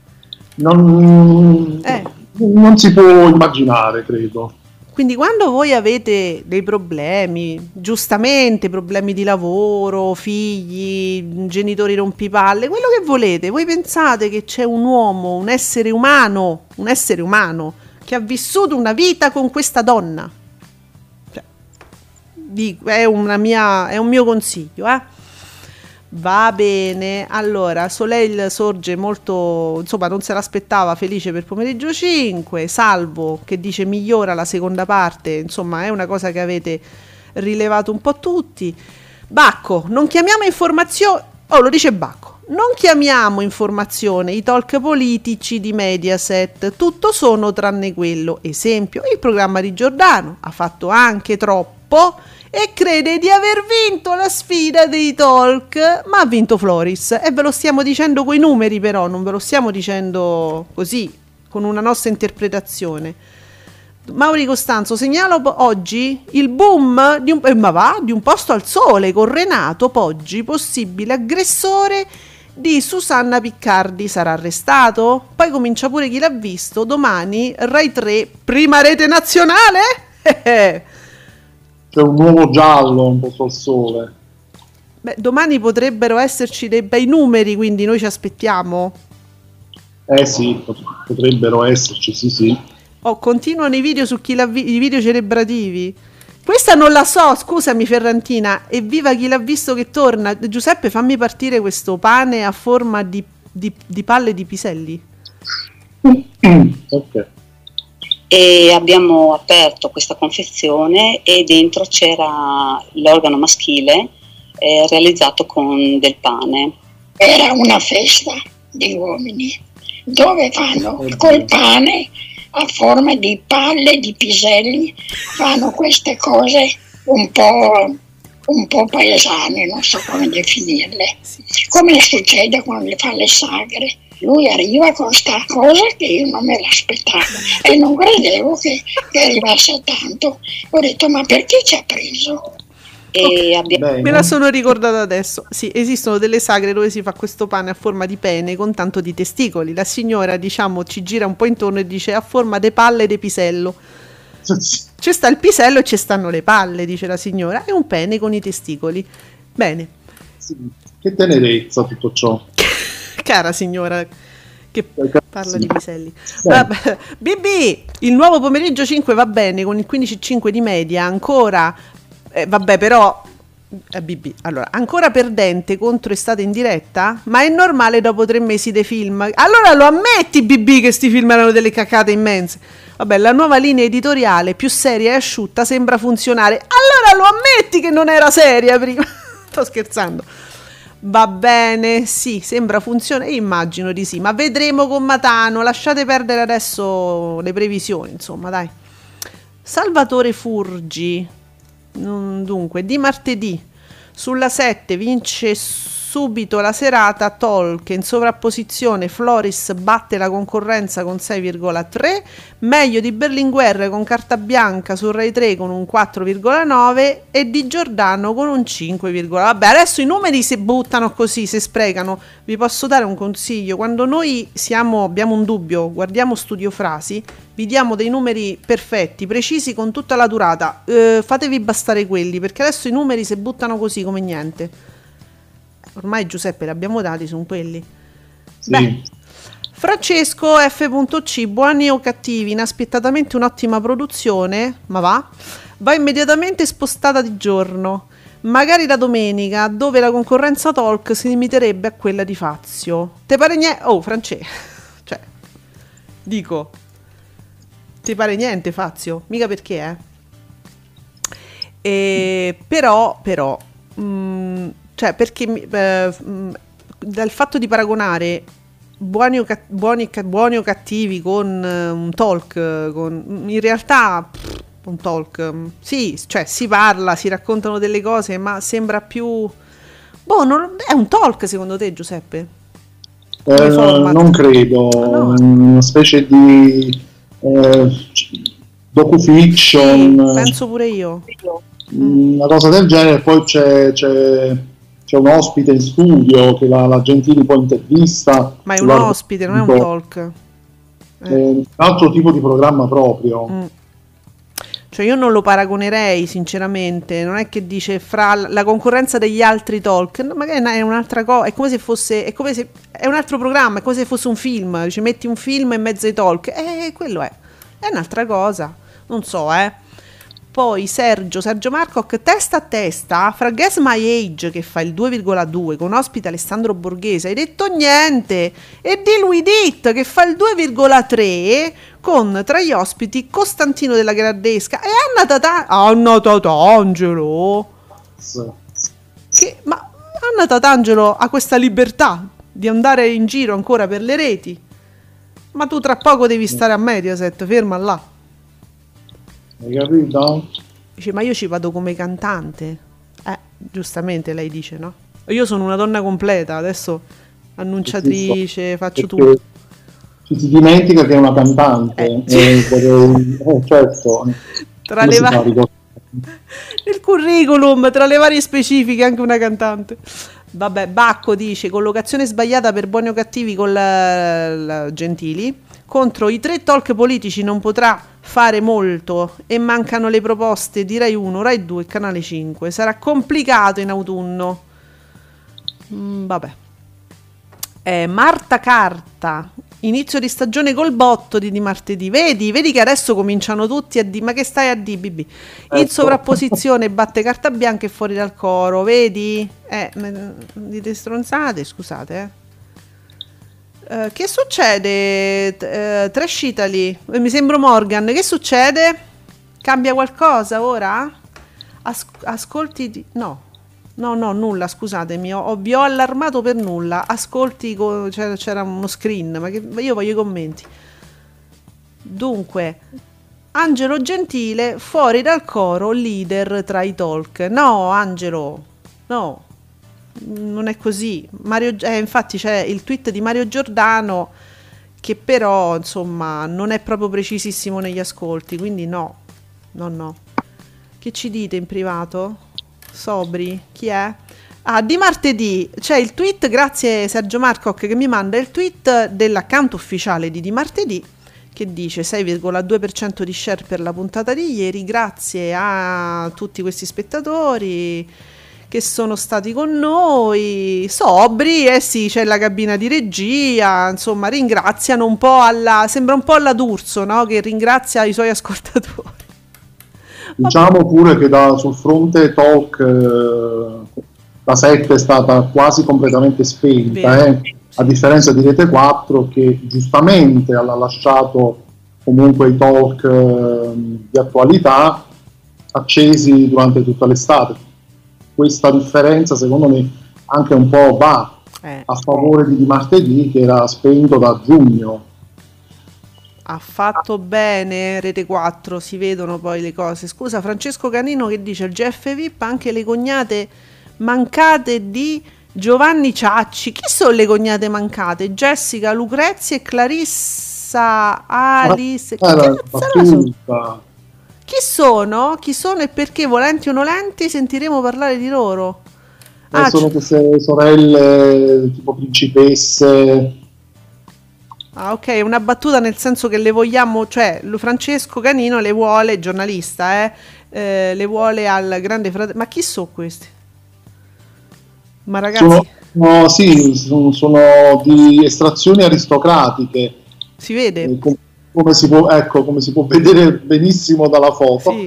non, eh. non si può immaginare, credo. Quindi quando voi avete dei problemi, giustamente problemi di lavoro, figli, genitori rompipalle, quello che volete, voi pensate che c'è un uomo, un essere umano, un essere umano che ha vissuto una vita con questa donna. Cioè, dico, è una mia, è un mio consiglio, eh. Va bene, allora Soleil sorge molto, insomma non se l'aspettava, felice per pomeriggio cinque, Salvo che dice migliora la seconda parte, insomma è una cosa che avete rilevato un po' tutti. Bacco, non chiamiamo informazione, oh lo dice Bacco, non chiamiamo informazione i talk politici di Mediaset, tutto sono tranne quello, esempio il programma di Giordano, ha fatto anche troppo e crede di aver vinto la sfida dei talk, ma ha vinto Floris, e ve lo stiamo dicendo coi numeri, però non ve lo stiamo dicendo così con una nostra interpretazione. Mauri Costanzo, segnalo oggi il boom di un, eh, ma va, di un posto al sole con Renato Poggi, possibile aggressore di Susanna Piccardi, sarà arrestato? Poi comincia pure chi l'ha visto, domani Rai tre, prima rete nazionale? C'è un nuovo giallo un po' al sole. Beh, domani potrebbero esserci dei bei numeri, quindi noi ci aspettiamo. Eh sì, potrebbero esserci, sì sì. Oh, continuano i video su chi l'ha vi- i video celebrativi. Questa non la so, scusami Ferrantina. Evviva chi l'ha visto che torna. Giuseppe, fammi partire questo pane a forma di, di, di palle di piselli. Ok. E abbiamo aperto questa confezione e dentro c'era l'organo maschile eh, realizzato con del pane. Era una festa di uomini dove fanno col pane a forma di palle di piselli, fanno queste cose un po', un po' paesane, non so come definirle, come succede quando le fa le sagre. Lui arriva con questa cosa che io non me l'aspettavo e non credevo che, che arrivasse a tanto. Ho detto, ma perché ci ha preso? E abbiamo... Me la sono ricordata adesso. Sì, esistono delle sagre dove si fa questo pane a forma di pene con tanto di testicoli. La signora, diciamo, ci gira un po' intorno e dice a forma de palle de pisello. C'è sta il pisello e ci stanno le palle, dice la signora, e un pene con i testicoli. Bene. Sì, che tenerezza tutto ciò. Cara signora che parla di piselli. Vabbè. B B, il nuovo pomeriggio cinque va bene con il quindici virgola cinque di media, ancora eh, vabbè però eh, B B, allora, ancora perdente contro Estate in diretta? Ma è normale dopo tre mesi dei film. Allora lo ammetti B B che sti film erano delle cacate immense. Vabbè, la nuova linea editoriale più seria e asciutta sembra funzionare. Allora lo ammetti che non era seria prima. Sto scherzando. Va bene, sì, sembra funzionare, immagino di sì, ma vedremo con Matano, lasciate perdere adesso le previsioni, insomma, dai. Salvatore Furgi, dunque, di martedì, sulla sette vince subito la serata Talk, in sovrapposizione Floris batte la concorrenza con sei virgola tre, meglio di Berlinguer con carta bianca su Rai tre con un quattro virgola nove e Di Giordano con un cinque. Vabbè, adesso i numeri si buttano così, si sprecano. Vi posso dare un consiglio: quando noi siamo, abbiamo un dubbio, guardiamo Studio Frasi, vi diamo dei numeri perfetti, precisi con tutta la durata, eh, fatevi bastare quelli, perché adesso i numeri si buttano così come niente. Ormai Giuseppe li abbiamo dati, sono quelli. Sì. Beh, Francesco F C, buoni o cattivi, inaspettatamente un'ottima produzione, ma va, va immediatamente spostata di giorno, magari la domenica, dove la concorrenza Talk si limiterebbe a quella di Fazio. Te pare niente? Oh, Francesco, cioè, dico, ti pare niente Fazio? Mica perché, eh? E, però, però, mh, cioè perché eh, dal fatto di paragonare buoni o, cat- buoni, ca- buoni o cattivi con uh, un talk, con, in realtà pff, un talk, sì, cioè si parla, si raccontano delle cose, ma sembra più, boh, non, è un talk secondo te, Giuseppe? Eh, non credo, no. Una specie di eh, docufiction, sì, penso pure io, una cosa del genere. Poi c'è, c'è c'è un ospite in studio che la, la Gentili poi intervista. Ma è un ospite, non è un talk. È eh. un altro tipo di programma proprio. Mm. Cioè io non lo paragonerei sinceramente, non è che dice fra la concorrenza degli altri talk, magari è un'altra cosa, è come se fosse, è come se è un altro programma, è come se fosse un film, ci metti un film in mezzo ai talk, e eh, quello è, è un'altra cosa, non so, eh. Poi Sergio, Sergio Marcoc, testa a testa fra Guess My Age che fa il due virgola due con ospite Alessandro Borghese, hai detto niente, e di Lui Dit che fa il due virgola tre con tra gli ospiti Costantino della Gradesca e Anna Tata- Anna Tatangelo. Sì. Che, ma Anna Tatangelo ha questa libertà di andare in giro ancora per le reti, ma tu tra poco devi stare a Mediaset, ferma là. Hai capito? Dice, ma io ci vado come cantante. Eh, giustamente lei dice, no? Io sono una donna completa, adesso annunciatrice, faccio tutto. Ci si dimentica che è una cantante. Eh, eh, eh, certo. Tra le varie... Nel curriculum, tra le varie specifiche, anche una cantante. Vabbè, Bacco dice, collocazione sbagliata per buoni o cattivi con la, la Gentili. Contro i tre talk politici non potrà fare molto e mancano le proposte di Rai uno, Rai due e Canale cinque. Sarà complicato in autunno. Mm, vabbè. Eh, Marta Carta Inizio di stagione col botto di Di Martedì. Vedi, vedi che adesso cominciano tutti a dire: ma che stai a di B B? In Ecco. sovrapposizione batte carta bianca e fuori dal coro, vedi? Eh, me- dite stronzate, scusate, eh. Eh, che succede? T- eh, Trash Italy, Eh, mi sembro Morgan. Che succede? Cambia qualcosa ora? As- ascolti di... no. No, no, nulla, scusatemi, ho, ho- vi ho allarmato per nulla. Ascolti, co- c'era, c'era uno screen, ma, che, ma io voglio i commenti. Dunque, Angelo Gentile fuori dal coro, leader tra i talk. No, Angelo, no, non è così. Mario, eh, infatti c'è il tweet di Mario Giordano che però, insomma, non è proprio precisissimo negli ascolti, quindi no, no, no. Che ci dite in privato? Sobri? Chi è? Ah, Di Martedì c'è il tweet, grazie Sergio Marcoc che mi manda il tweet dell'account ufficiale di Di Martedì che dice sei virgola due per cento di share per la puntata di ieri, grazie a tutti questi spettatori che sono stati con noi, sobri, eh sì, c'è la cabina di regia, insomma ringraziano un po' alla, sembra un po' alla D'Urso, no? Che ringrazia i suoi ascoltatori. Diciamo pure che da, sul fronte talk eh, la sette è stata quasi completamente spenta, eh, a differenza di Rete quattro che giustamente ha lasciato comunque i talk eh, di attualità accesi durante tutta l'estate. Questa differenza secondo me anche un po' va Eh. a favore di Di Martedì che era spento da giugno. Ha fatto bene Rete quattro, si vedono poi le cose. Scusa, Francesco Canino che dice: il G F V I P anche le cognate mancate di Giovanni Ciacci. Chi sono le cognate mancate? Jessica, Lucrezia e Clarissa Alice. Chi, Ah, la cazzo sono? battuta. Chi sono? Chi sono e perché, volenti o nolenti, sentiremo parlare di loro. Eh, Ah, sono c- queste sorelle tipo principesse. Ah, ok, una battuta nel senso che le vogliamo, cioè lo Francesco Canino le vuole, giornalista, eh, eh, le vuole al Grande Fratello. Ma chi sono questi? Ma ragazzi, Sono, no, sì, sono, sono di estrazioni aristocratiche, si vede? eh, com- come, si può, ecco, come si può vedere benissimo dalla foto, Sì.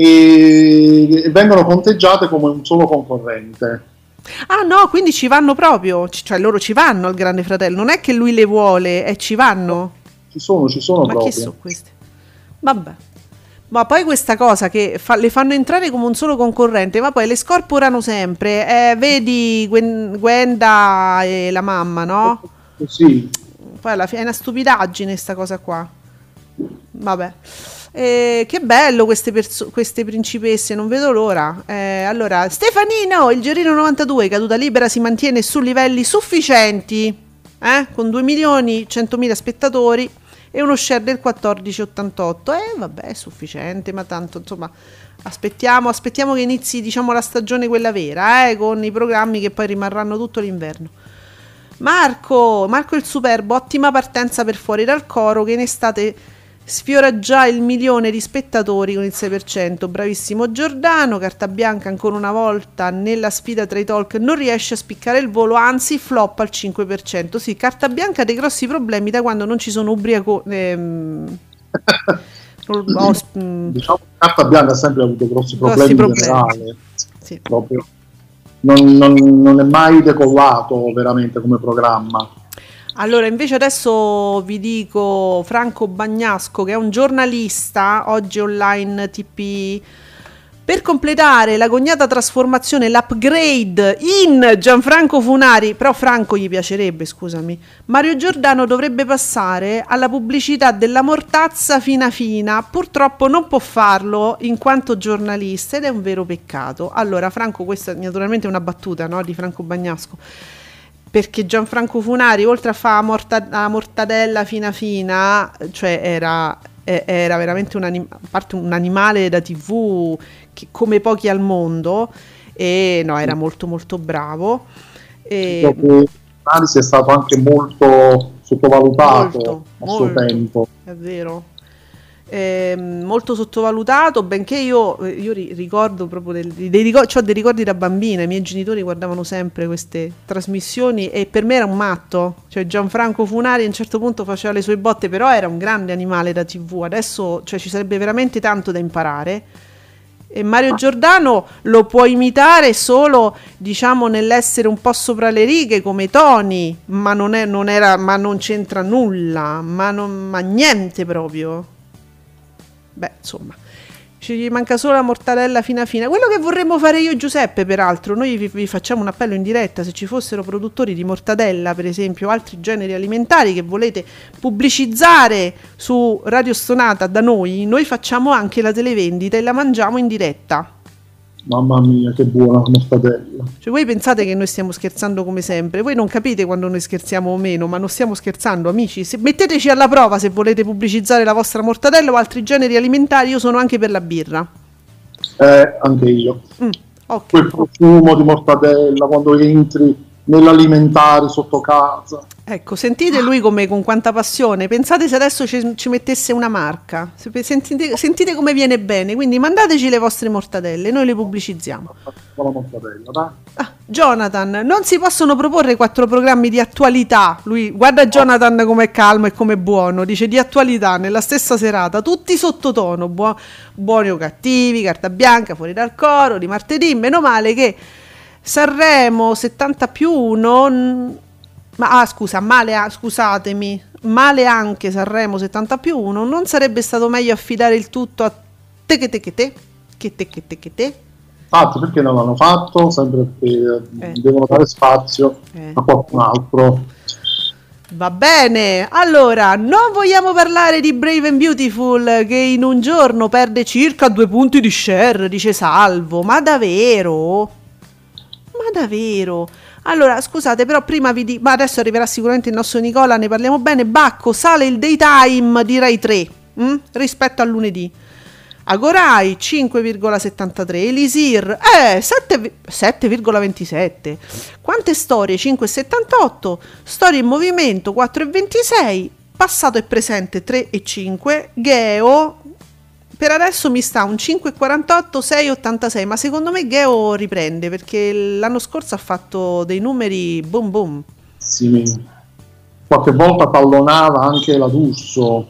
e, e vengono conteggiate come un solo concorrente. Ah no, quindi ci vanno proprio, C- cioè loro ci vanno al Grande Fratello, non è che lui le vuole, e ci vanno? Ci sono, ci sono Ma proprio. chi sono questi? Vabbè. Ma poi questa cosa che fa- le fanno entrare come un solo concorrente, ma poi le scorporano sempre. Eh, vedi Gwen- Gwenda e la mamma, no? Sì. Poi alla fine è una stupidaggine sta cosa qua. Vabbè. Eh, che bello queste, perso- queste principesse, non vedo l'ora. Eh, allora, Stefanino, il Gerino novantadue, caduta libera, si mantiene su livelli sufficienti, eh? Con due milioni centomila spettatori e uno share del quattordici virgola ottantotto. Eh, vabbè, è sufficiente, ma tanto, insomma, aspettiamo, aspettiamo che inizi, diciamo, la stagione quella vera, eh? Con i programmi che poi rimarranno tutto l'inverno. Marco, Marco il Superbo, ottima partenza per Fuori dal Coro che in estate sfiora già il milione di spettatori con il sei per cento. Bravissimo Giordano. Carta bianca ancora una volta nella sfida tra i talk non riesce a spiccare il volo, anzi flop al cinque per cento. Sì, carta bianca ha dei grossi problemi da quando non ci sono ubriaco ehm, oh, mm, Diciamo che Carta Bianca ha sempre avuto grossi Grossi problemi, problemi. in generale. sì. Proprio. Non, non- non è mai decollato veramente come programma. Allora, invece adesso vi dico Franco Bagnasco, che è un giornalista, oggi online T P, per completare la cognata trasformazione, l'upgrade in Gianfranco Funari, però Franco gli piacerebbe, scusami, Mario Giordano dovrebbe passare alla pubblicità della mortazza fina fina, purtroppo non può farlo in quanto giornalista ed è un vero peccato. Allora Franco, questa naturalmente è una battuta, no, di Franco Bagnasco, perché Gianfranco Funari, oltre a fare morta- la mortadella fina fina, cioè era, eh, era veramente un, anim- a parte un animale da tivù che, come pochi al mondo, e no, era molto molto bravo. E, Dopo l'analisi è stato anche molto sottovalutato Molto, a suo molto. tempo. è vero. eh, molto sottovalutato, benché io, io ricordo proprio del, dei ricordi, ho dei ricordi da bambina, i miei genitori guardavano sempre queste trasmissioni e per me era un matto, cioè Gianfranco Funari a un certo punto faceva le sue botte, però era un grande animale da tivù, adesso cioè, ci sarebbe veramente tanto da imparare. E Mario Giordano lo può imitare solo, diciamo, nell'essere un po' sopra le righe come Tony, ma non, è, non era, ma non c'entra nulla, ma, non, ma niente proprio. Beh, insomma, ci manca solo la mortadella fina fina. Quello che vorremmo fare io e Giuseppe, peraltro, noi vi, vi facciamo un appello in diretta, se ci fossero produttori di mortadella, per esempio, o altri generi alimentari che volete pubblicizzare su Radio Stonata da noi, noi facciamo anche la televendita e la mangiamo in diretta. Mamma mia, che buona la mortadella. Cioè, voi pensate che noi stiamo scherzando come sempre, voi non capite quando noi scherziamo o meno, ma non stiamo scherzando, amici. Se, metteteci alla prova se volete pubblicizzare la vostra mortadella o altri generi alimentari, io sono anche per la birra. Eh, anche io. Mm, okay. Quel profumo di mortadella quando entri nell'alimentare sotto casa. Ecco, sentite lui come, con quanta passione. Pensate se adesso ci, ci mettesse una marca. Sentite, sentite come viene bene. Quindi mandateci le vostre mortadelle, noi le pubblicizziamo. La mortadella, dai. Ah, Jonathan, non si possono proporre quattro programmi di attualità. Lui, guarda Jonathan com'è calmo e com'è buono. Dice di attualità nella stessa serata, tutti sottotono, buo, buoni o cattivi, carta bianca, fuori dal coro, di martedì. Meno male che Sanremo settanta più uno, ma ah, scusa, male, scusatemi, male anche Sanremo settanta più uno, non sarebbe stato meglio affidare il tutto a te che te che te che te che te che te? Infatti, perché non l'hanno fatto? Sempre perché eh. devono dare spazio eh. a qualcun altro. Va bene, allora non vogliamo parlare di Brave and Beautiful che in un giorno perde circa due punti di share, dice Salvo, ma davvero? Ma davvero? Allora, scusate, però prima vi dico, ma adesso arriverà sicuramente il nostro Nicola, ne parliamo bene. Bacco, sale il daytime di Rai tre hm? rispetto a lunedì. Agorai cinque virgola settantatré, Elisir eh, sette virgola ventisette. Quante storie? cinque virgola settantotto, Storie in movimento quattro virgola ventisei, Passato e presente tre virgola cinque, Geo per adesso mi sta un cinque virgola quarantotto, sei virgola ottantasei, ma secondo me Geo riprende perché l'anno scorso ha fatto dei numeri boom boom. Sì, qualche volta pallonava anche la D'Urso.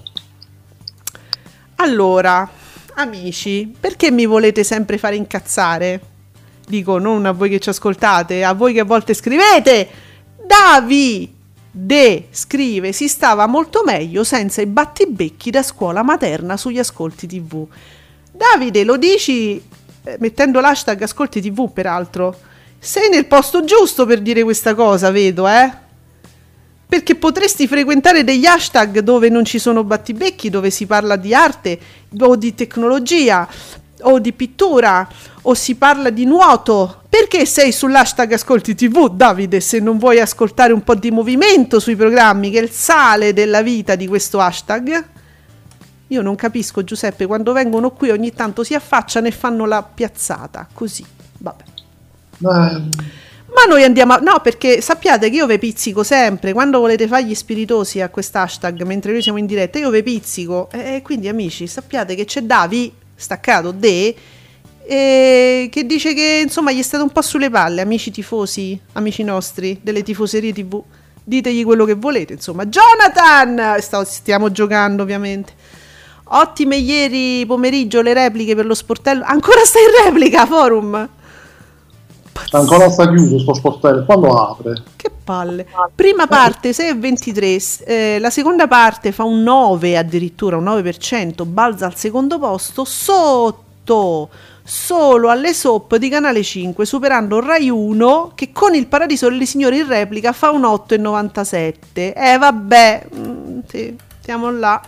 Allora, amici, perché mi volete sempre fare incazzare? Dico, non a voi che ci ascoltate, a voi che a volte scrivete. Davi De scrive: si stava molto meglio senza i battibecchi da scuola materna sugli ascolti tivù. Davide, lo dici eh, mettendo l'hashtag ascolti tivù, peraltro sei nel posto giusto per dire questa cosa, vedo, eh perché potresti frequentare degli hashtag dove non ci sono battibecchi, dove si parla di arte o di tecnologia o di pittura o si parla di nuoto. Perché sei sull'hashtag ascolti tivù, Davide, se non vuoi ascoltare un po' di movimento sui programmi, che è il sale della vita di questo hashtag? Io non capisco, Giuseppe, quando vengono qui ogni tanto si affacciano e fanno la piazzata, così, vabbè. Beh. Ma noi andiamo a... No, perché sappiate che io ve pizzico sempre, quando volete fare gli spiritosi a quest'hashtag, mentre noi siamo in diretta, io ve pizzico, e eh, quindi amici, sappiate che c'è Davi, staccato, De... E che dice che insomma gli state un po' sulle palle, amici tifosi, amici nostri delle tifoserie tivù, ditegli quello che volete, insomma. Jonathan, stiamo giocando ovviamente. Ottime ieri pomeriggio le repliche per lo sportello. Ancora sta in replica, Forum? Pazz- ancora sta chiuso sto sportello, quando apre? Che palle. Prima parte sei virgola ventitré, eh, la seconda parte fa un nove, addirittura un nove per cento, balza al secondo posto sotto solo alle soap di Canale cinque, superando Rai uno che con Il Paradiso delle Signore in replica fa un otto virgola novantasette. Eh vabbè, mm, sì, siamo là.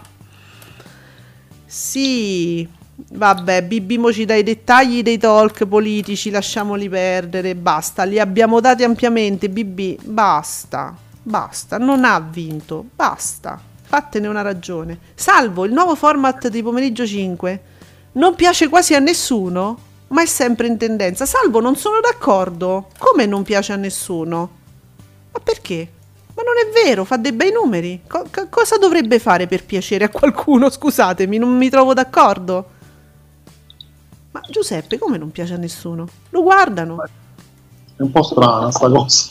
Sì, vabbè, Bibi mo ci dà i dettagli dei talk politici, lasciamoli perdere, basta, li abbiamo dati ampiamente, Bibi, basta, basta, non ha vinto, basta, fattene una ragione. Salvo, il nuovo format di Pomeriggio cinque non piace quasi a nessuno, ma è sempre in tendenza. Salvo, non sono d'accordo. Come non piace a nessuno? Ma perché? Ma non è vero, fa dei bei numeri. Co- co- cosa dovrebbe fare per piacere a qualcuno? Scusatemi, non mi trovo d'accordo. Ma Giuseppe, come non piace a nessuno? Lo guardano. È un po' strana sta cosa.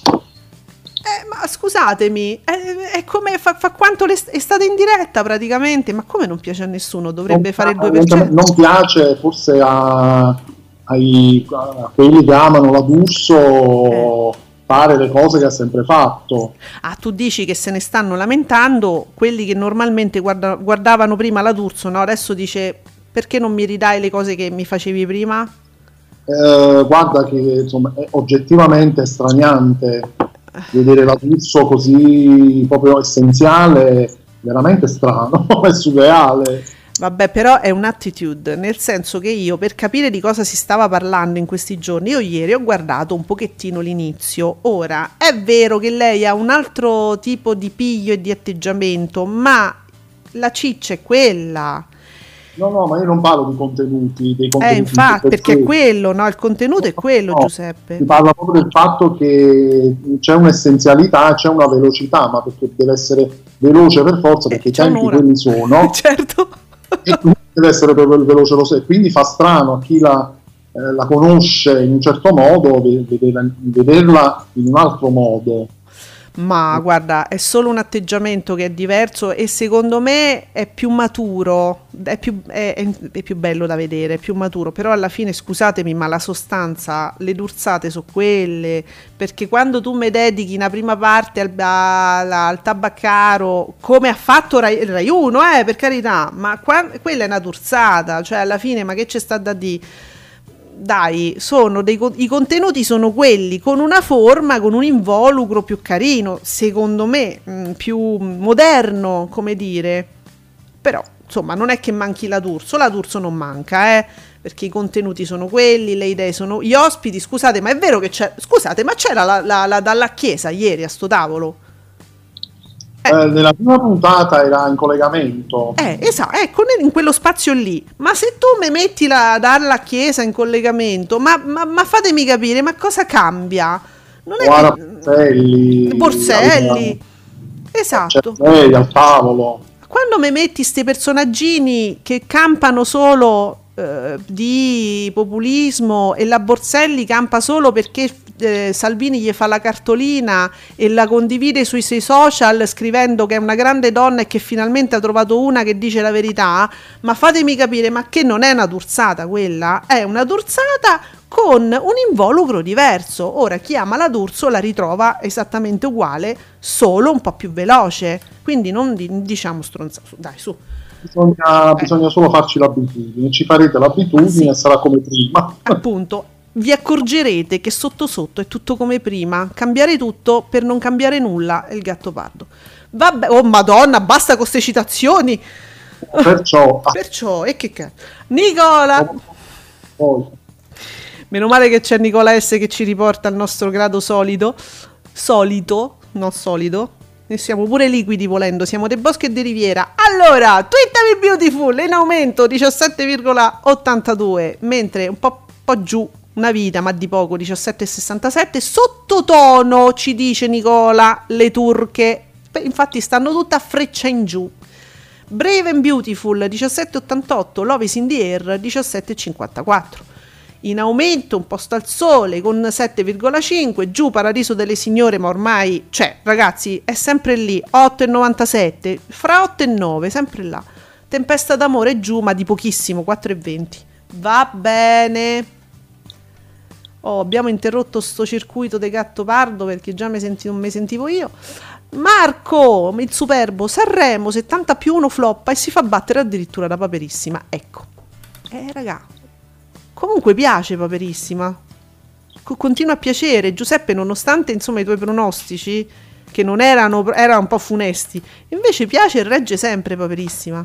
Eh, ma scusatemi, è, è come fa, fa quanto le, è stata in diretta praticamente, ma come non piace a nessuno? Dovrebbe non, fare il due per cento. Non piace forse a, ai, a quelli che amano la D'Urso eh. fare le cose che ha sempre fatto. Ah, tu dici che se ne stanno lamentando quelli che normalmente guarda, guardavano prima la D'Urso, no? Adesso dice, perché non mi ridai le cose che mi facevi prima? Eh, guarda che insomma è oggettivamente straniante vedere la D'Urso così proprio essenziale, veramente strano, è surreale. Vabbè, però è un'attitude, nel senso che io, per capire di cosa si stava parlando in questi giorni, io ieri ho guardato un pochettino l'inizio. Ora, è vero che lei ha un altro tipo di piglio e di atteggiamento, ma la ciccia è quella. No, no, ma io non parlo di contenuti, dei contenuti. Eh, infatti, perché è quello, no? Il contenuto è quello, no, Giuseppe. Si parla proprio del fatto che c'è un'essenzialità, c'è una velocità, ma perché deve essere veloce per forza, perché eh, i tempi un'ora. Quelli sono. Certo. E quindi deve essere proprio veloce lo stesso. Quindi fa strano a chi la, eh, la conosce in un certo modo vederla, vederla in un altro modo. Ma guarda, è solo un atteggiamento che è diverso e secondo me è più maturo, è più, è, è, è più bello da vedere, è più maturo, però alla fine scusatemi, ma la sostanza, le durzate sono quelle, perché quando tu mi dedichi una prima parte al, al, al tabaccaro, come ha fatto Rai, Rai uno, eh, per carità, ma qua, quella è una durzata, cioè alla fine ma che c'è sta da dire? Dai, sono dei, i contenuti sono quelli, con una forma, con un involucro più carino, secondo me, mh, più moderno, come dire. Però, insomma, non è che manchi la D'Urso, la D'Urso non manca, eh, perché i contenuti sono quelli, le idee sono... Gli ospiti, scusate, ma è vero che c'è... Scusate, ma c'era la, la, la dalla chiesa ieri a sto tavolo? Eh. Eh, nella prima puntata era in collegamento. Eh, esatto, ecco, in quello spazio lì. Ma se tu mi metti la dalla chiesa in collegamento, ma, ma, ma fatemi capire, ma cosa cambia? Non è Guarda, che... Borselli, Borselli, esatto. Lei al tavolo. Quando mi metti sti personaggini che campano solo eh, di populismo e la Borselli campa solo perché Eh, Salvini gli fa la cartolina e la condivide sui suoi social scrivendo che è una grande donna e che finalmente ha trovato una che dice la verità, ma fatemi capire, ma che non è una durzata quella? È una durzata con un involucro diverso. Ora chi ama la D'Urso la ritrova esattamente uguale, solo un po' più veloce, quindi non di, diciamo stronzato, dai su. Bisogna, eh. bisogna solo farci l'abitudine, ci farete l'abitudine sì. E sarà come prima. Appunto. Vi accorgerete che sotto sotto è tutto come prima. Cambiare tutto per non cambiare nulla è il Gattopardo. Vabbè, oh madonna, basta con ste citazioni. Perciò, Perciò e che cazzo. Nicola. Poi. Meno male che c'è Nicola S che ci riporta al nostro grado solido. Solito, non solido. Noi siamo pure liquidi volendo, siamo dei boschi e di riviera. Allora, Twitter Beautiful in aumento diciassette virgola ottantadue, mentre un po', po' giù una vita, ma di poco, diciassette virgola sessantasette. Sottotono, ci dice Nicola, le turche. Beh, infatti stanno tutte a freccia in giù. Brave and Beautiful, diciassette virgola ottantotto. Love is in the air, diciassette virgola cinquantaquattro. In aumento un posto al sole con sette virgola cinque. Giù Paradiso delle Signore, ma ormai, cioè, ragazzi, è sempre lì, otto virgola novantasette. Fra otto e nove, sempre là. Tempesta d'amore giù, ma di pochissimo, quattro virgola venti. Va bene. Oh, abbiamo interrotto sto circuito di Gattopardo perché già mi senti, non mi sentivo io. Marco, il superbo, Sanremo settanta più uno floppa e si fa battere addirittura da Paperissima. Ecco. Eh, raga. Comunque piace Paperissima. Co- continua a piacere. Giuseppe, nonostante insomma i tuoi pronostici, che non erano, erano un po' funesti, invece piace e regge sempre Paperissima.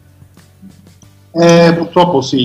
Eh, purtroppo sì.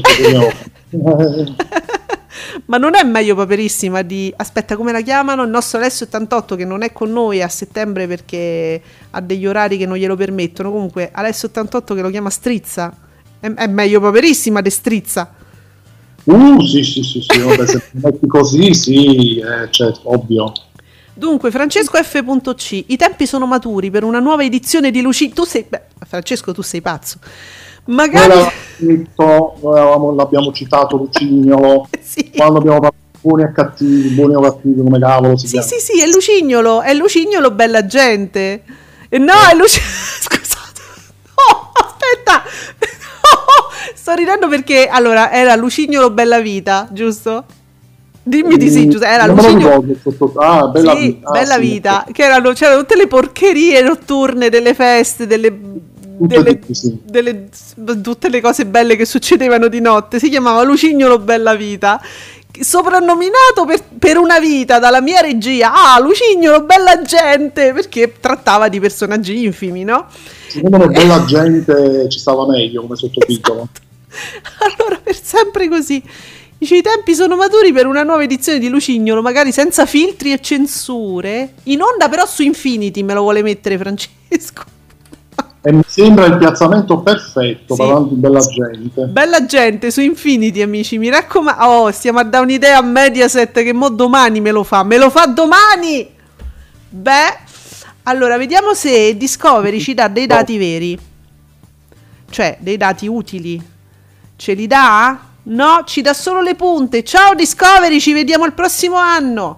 Ma non è meglio Paperissima di... Aspetta, come la chiamano? Il nostro Alessio ottantotto che non è con noi a settembre perché ha degli orari che non glielo permettono. Comunque Alessio ottantotto che lo chiama Strizza. È, è meglio Paperissima di Strizza. Uh, sì, sì, sì, sì. Vabbè, se metti così, sì, eh, cioè, ovvio. Dunque, Francesco F. C. I tempi sono maturi per una nuova edizione di Lucignolo. Tu sei... Beh, Francesco, tu sei pazzo. Magari... Noi detto, noi avevamo, l'abbiamo citato Lucignolo, sì. Quando abbiamo parlato di buoni e cattivi, buoni o cattivi, come cavolo si sì, chiama? Sì, sì, è Lucignolo, è Lucignolo bella gente. E no, è Lucignolo... Scusate. No, aspetta. No, sto ridendo perché, allora, era Lucignolo bella vita, giusto? Dimmi di sì, Giuseppe, era Lucignolo. Ah, bella sì, vita. Bella ah, vita, sì. Che erano, c'erano tutte le porcherie notturne delle feste, delle, delle, sì. delle tutte le cose belle che succedevano di notte. Si chiamava Lucignolo bella vita, soprannominato per, per una vita dalla mia regia. Ah, Lucignolo bella gente, perché trattava di personaggi infimi, no? Secondo me bella gente ci stava meglio come sottotitolo. Esatto. Allora, per sempre così. Dice, i tempi sono maturi per una nuova edizione di Lucignolo, magari senza filtri e censure. In onda però su Infinity me lo vuole mettere Francesco. E mi sembra il piazzamento perfetto, Sì. parlando di bella gente. Bella gente su Infinity, amici, mi raccomando. Oh, stiamo a dare un'idea a Mediaset che mo domani me lo fa. Me lo fa domani! Beh, allora, vediamo se Discovery ci dà dei dati veri. Cioè, dei dati utili. Ce li dà? No, ci dà solo le punte. Ciao Discovery, ci vediamo il prossimo anno.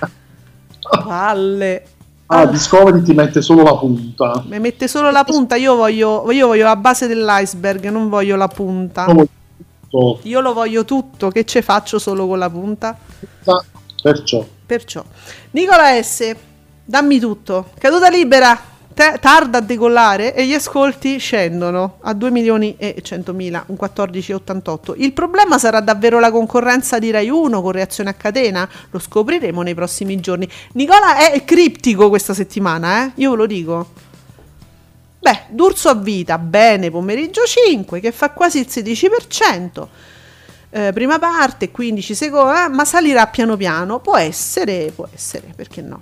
Palle. Ah, Allora, Discovery ti mette solo la punta. mi mette solo la punta. Io voglio, io voglio la base dell'iceberg, non voglio la punta. Oh, Io lo voglio tutto. Che ce faccio solo con la punta? perciò. Perciò, Nicola S, dammi tutto. Caduta libera. Te- tarda a decollare e gli ascolti scendono a due milioni e centomila, un quattordici virgola ottantotto. Il problema sarà davvero la concorrenza di Rai uno con reazione a catena? Lo scopriremo nei prossimi giorni. Nicola è criptico questa settimana, eh? Io ve lo dico. Beh, D'Urso a vita, bene, pomeriggio cinque, che fa quasi il sedici per cento. Eh, prima parte, quindici secondi, eh, ma salirà piano piano. Può essere, può essere, perché no?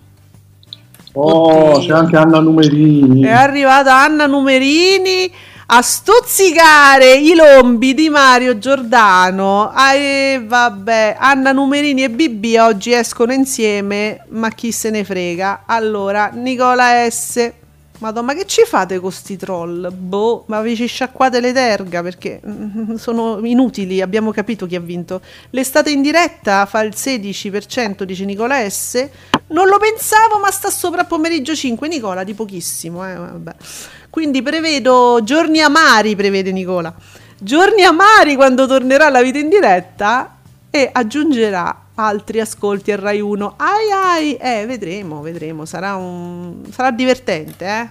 Oh, Oddio. c'è anche Anna Numerini. È arrivata Anna Numerini a stuzzicare i lombi di Mario Giordano. Ah, e vabbè, Anna Numerini e B B oggi escono insieme, ma chi se ne frega. Allora, Nicola S, Madonna, ma che ci fate con sti troll? Boh, ma vi ci sciacquate le terga perché mm, sono inutili, abbiamo capito chi ha vinto. L'estate in diretta fa il sedici per cento, dice Nicola S. Non lo pensavo, ma sta sopra pomeriggio cinque, Nicola, di pochissimo, eh, vabbè. Quindi prevedo giorni amari, prevede Nicola. Giorni amari quando tornerà la vita in diretta e aggiungerà altri ascolti a Rai uno. Ai ai, eh, vedremo, vedremo, sarà un sarà divertente, eh.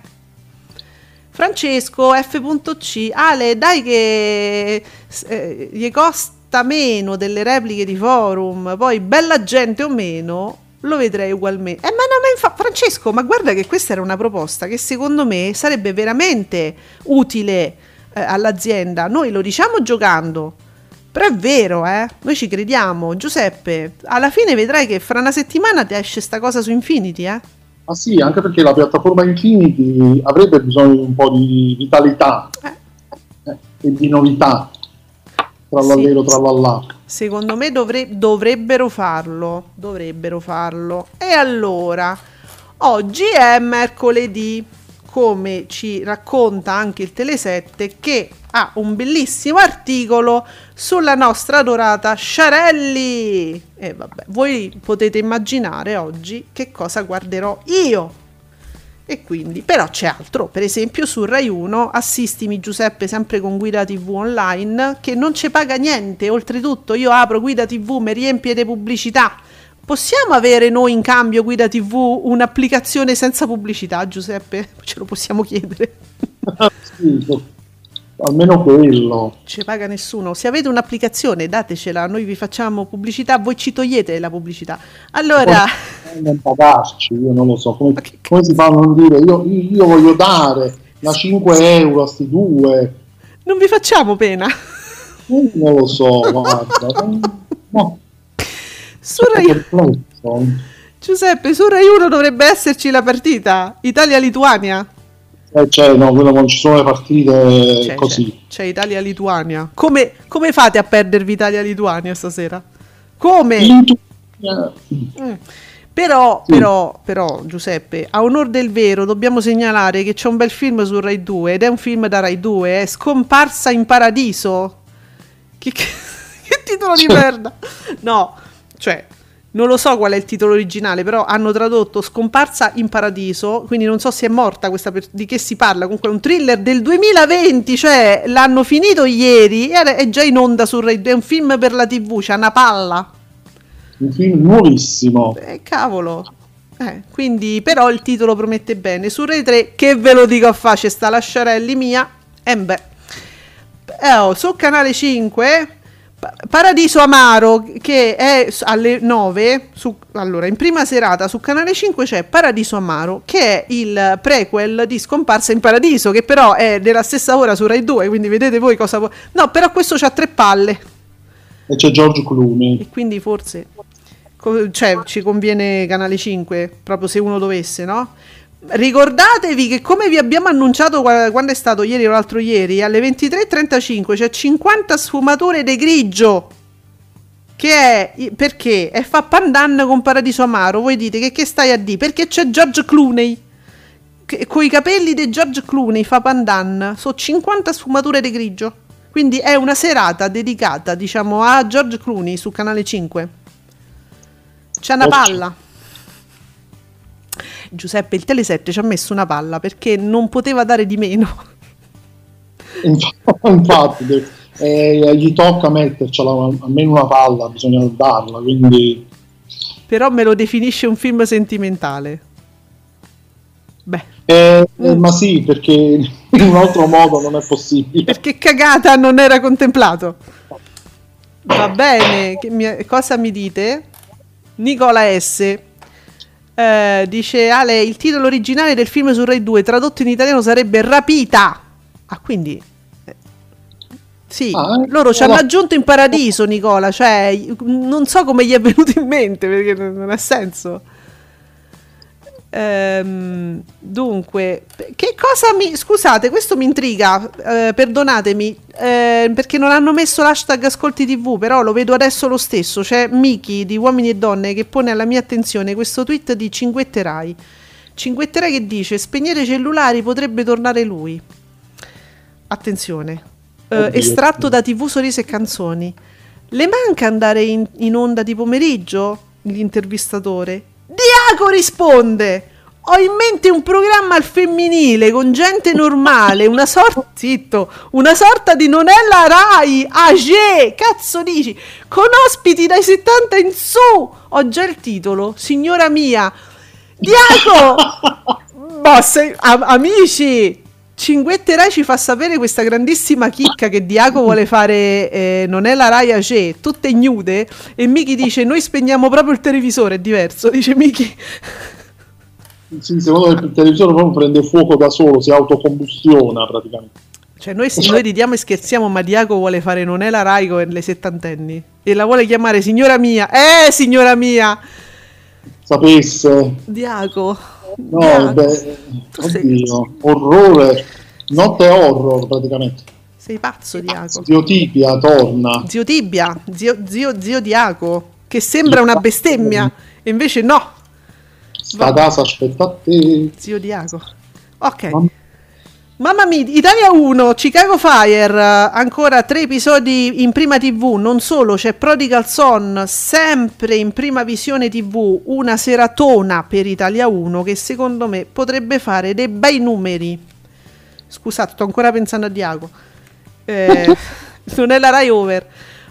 Francesco F. C. Ale, dai che eh, gli costa meno delle repliche di forum, poi bella gente o meno, lo vedrei ugualmente. Eh, ma no, ma infa- Francesco, ma guarda che questa era una proposta che secondo me sarebbe veramente utile eh, all'azienda. Noi lo diciamo giocando, però è vero, eh? Noi ci crediamo. Giuseppe, alla fine vedrai che fra una settimana ti esce sta cosa su Infinity, eh? Ah sì, anche perché la piattaforma Infinity avrebbe bisogno di un po' di vitalità Eh. eh, e di novità. Trallallero, Sì. trallallà. Secondo me dovre- dovrebbero farlo, dovrebbero farlo. E allora, oggi è mercoledì, come ci racconta anche il Telesette, che ha un bellissimo articolo sulla nostra adorata Sciarelli. E vabbè, voi potete immaginare oggi che cosa guarderò io. E quindi, però c'è altro, per esempio su Rai uno, assistimi Giuseppe, sempre con Guida tivù online, che non ci paga niente, oltretutto io apro Guida tivù, mi riempie di pubblicità. Possiamo avere noi in cambio Guida tivù un'applicazione senza pubblicità, Giuseppe? Ce lo possiamo chiedere. Sì, almeno quello. Ci paga nessuno. Se avete un'applicazione datecela, noi vi facciamo pubblicità, voi ci togliete la pubblicità. Allora... Non pagarci, io non lo so come, che come si fa a non dire io, io voglio dare la cinque euro a sti due, non vi facciamo pena. non lo so, guarda. No. Su Rai... Giuseppe, su Rai uno dovrebbe esserci la partita Italia-Lituania. Eh, cioè, no, quello non ci sono le partite C'è, così. c'è, c'è Italia-Lituania. Come, come fate a perdervi Italia-Lituania stasera? Come? In tu- Mm. Però, Sì. però, però, Giuseppe, a onor del vero dobbiamo segnalare che c'è un bel film su Rai due, ed è un film da Rai due, è Scomparsa in Paradiso. Che, che, che titolo di merda! No, cioè, non lo so qual è il titolo originale, però hanno tradotto Scomparsa in Paradiso, quindi non so se è morta questa per- di che si parla. Comunque è un thriller del duemilaventi, cioè l'hanno finito ieri, è, è già in onda su Rai due, è un film per la tivù, c'è una palla. Un film nuovissimo. Eh, cavolo. Eh, quindi, però il titolo promette bene. Su Rai tre, che ve lo dico a face, sta la Sciarelli mia. E beh. Eh, oh, su Canale cinque, Pa- Paradiso Amaro, che è s- alle nove. Su, allora, in prima serata su Canale cinque c'è Paradiso Amaro, che è il prequel di Scomparsa in Paradiso, che però è della stessa ora su Rai due, quindi vedete voi cosa può... No, però questo c'ha tre palle. E c'è George Clooney. E quindi forse co- cioè, ci conviene Canale cinque, proprio se uno dovesse, no? Ricordatevi che, come vi abbiamo annunciato qua- quando è stato ieri o l'altro ieri, alle ventitré e trentacinque c'è cinquanta sfumature de grigio, che è i- perché è fa pandan con Paradiso Amaro. Voi dite che, che stai a dire? Perché c'è George Clooney che, coi capelli di George Clooney fa pandan, sono cinquanta sfumature de grigio. Quindi è una serata dedicata, diciamo, a George Clooney su Canale cinque. C'è una Occhio. palla. Giuseppe, il Telesette ci ha messo una palla perché non poteva dare di meno. Inf- Infatti, de- eh, gli tocca mettercela, almeno una palla, bisogna darla, quindi Però me lo definisce un film sentimentale. Beh, eh, Mm. eh, ma sì, perché in un altro modo non è possibile. perché cagata non era contemplato. Va bene, che mi- cosa mi dite? Nicola S. eh, dice: Ale, il titolo originale del film su Rai due tradotto in italiano sarebbe Rapita. Ah, quindi eh, sì, Ah, eh, loro ci hanno no. aggiunto in paradiso, Nicola. Cioè, non so come gli è venuto in mente, perché non non ha senso. Ehm, dunque, che cosa mi... Scusate, questo mi intriga, eh, perdonatemi, eh, perché non hanno messo l'hashtag Ascolti tivù, però lo vedo adesso lo stesso. C'è Miki di Uomini e Donne che pone alla mia attenzione questo tweet di Cinguetterai. Cinguetterai che dice: spegnere i cellulari, potrebbe tornare lui. Attenzione, eh, Oddio. estratto da tivù Sorrisi e Canzoni. Le manca andare in, in onda di pomeriggio? L'intervistatore. Diaco risponde: ho in mente un programma al femminile con gente normale, una sorta, zitto, una sorta di non è la Rai, Agé, cazzo dici, con ospiti dai settanta in su. Ho già il titolo, signora mia. Diaco, boh, sei- a- amici, Cinguetterai ci fa sapere questa grandissima chicca che Diaco vuole fare, eh, non è la Rai Agé, tutte ignude, e Miki dice: noi spegniamo proprio il televisore, è diverso, dice Miki. Sì, secondo me il televisore proprio prende fuoco da solo, si autocombustiona praticamente. Cioè noi, noi ridiamo e scherziamo, ma Diaco vuole fare non è la Rai con le settantenni e la vuole chiamare signora mia. Eh, signora mia, Sapesse, Diaco. no, Diaco. beh, Tu sei, oddio, orrore, notte horror praticamente. sei pazzo, Diaco. Zio Tipia torna. Zio Tibia, zio, zio, zio Diaco, che sembra una bestemmia, e invece no, Sta casa aspetta a te. zio Diaco. Ok. Mamma- Mamma mia, Italia uno, Chicago Fire, eh, ancora tre episodi in prima tivù, non solo, c'è Prodigal Son, sempre in prima visione tivù, una seratona per Italia uno che secondo me potrebbe fare dei bei numeri. Scusate, sto ancora pensando a Diaco. Eh, non è la Rai Over.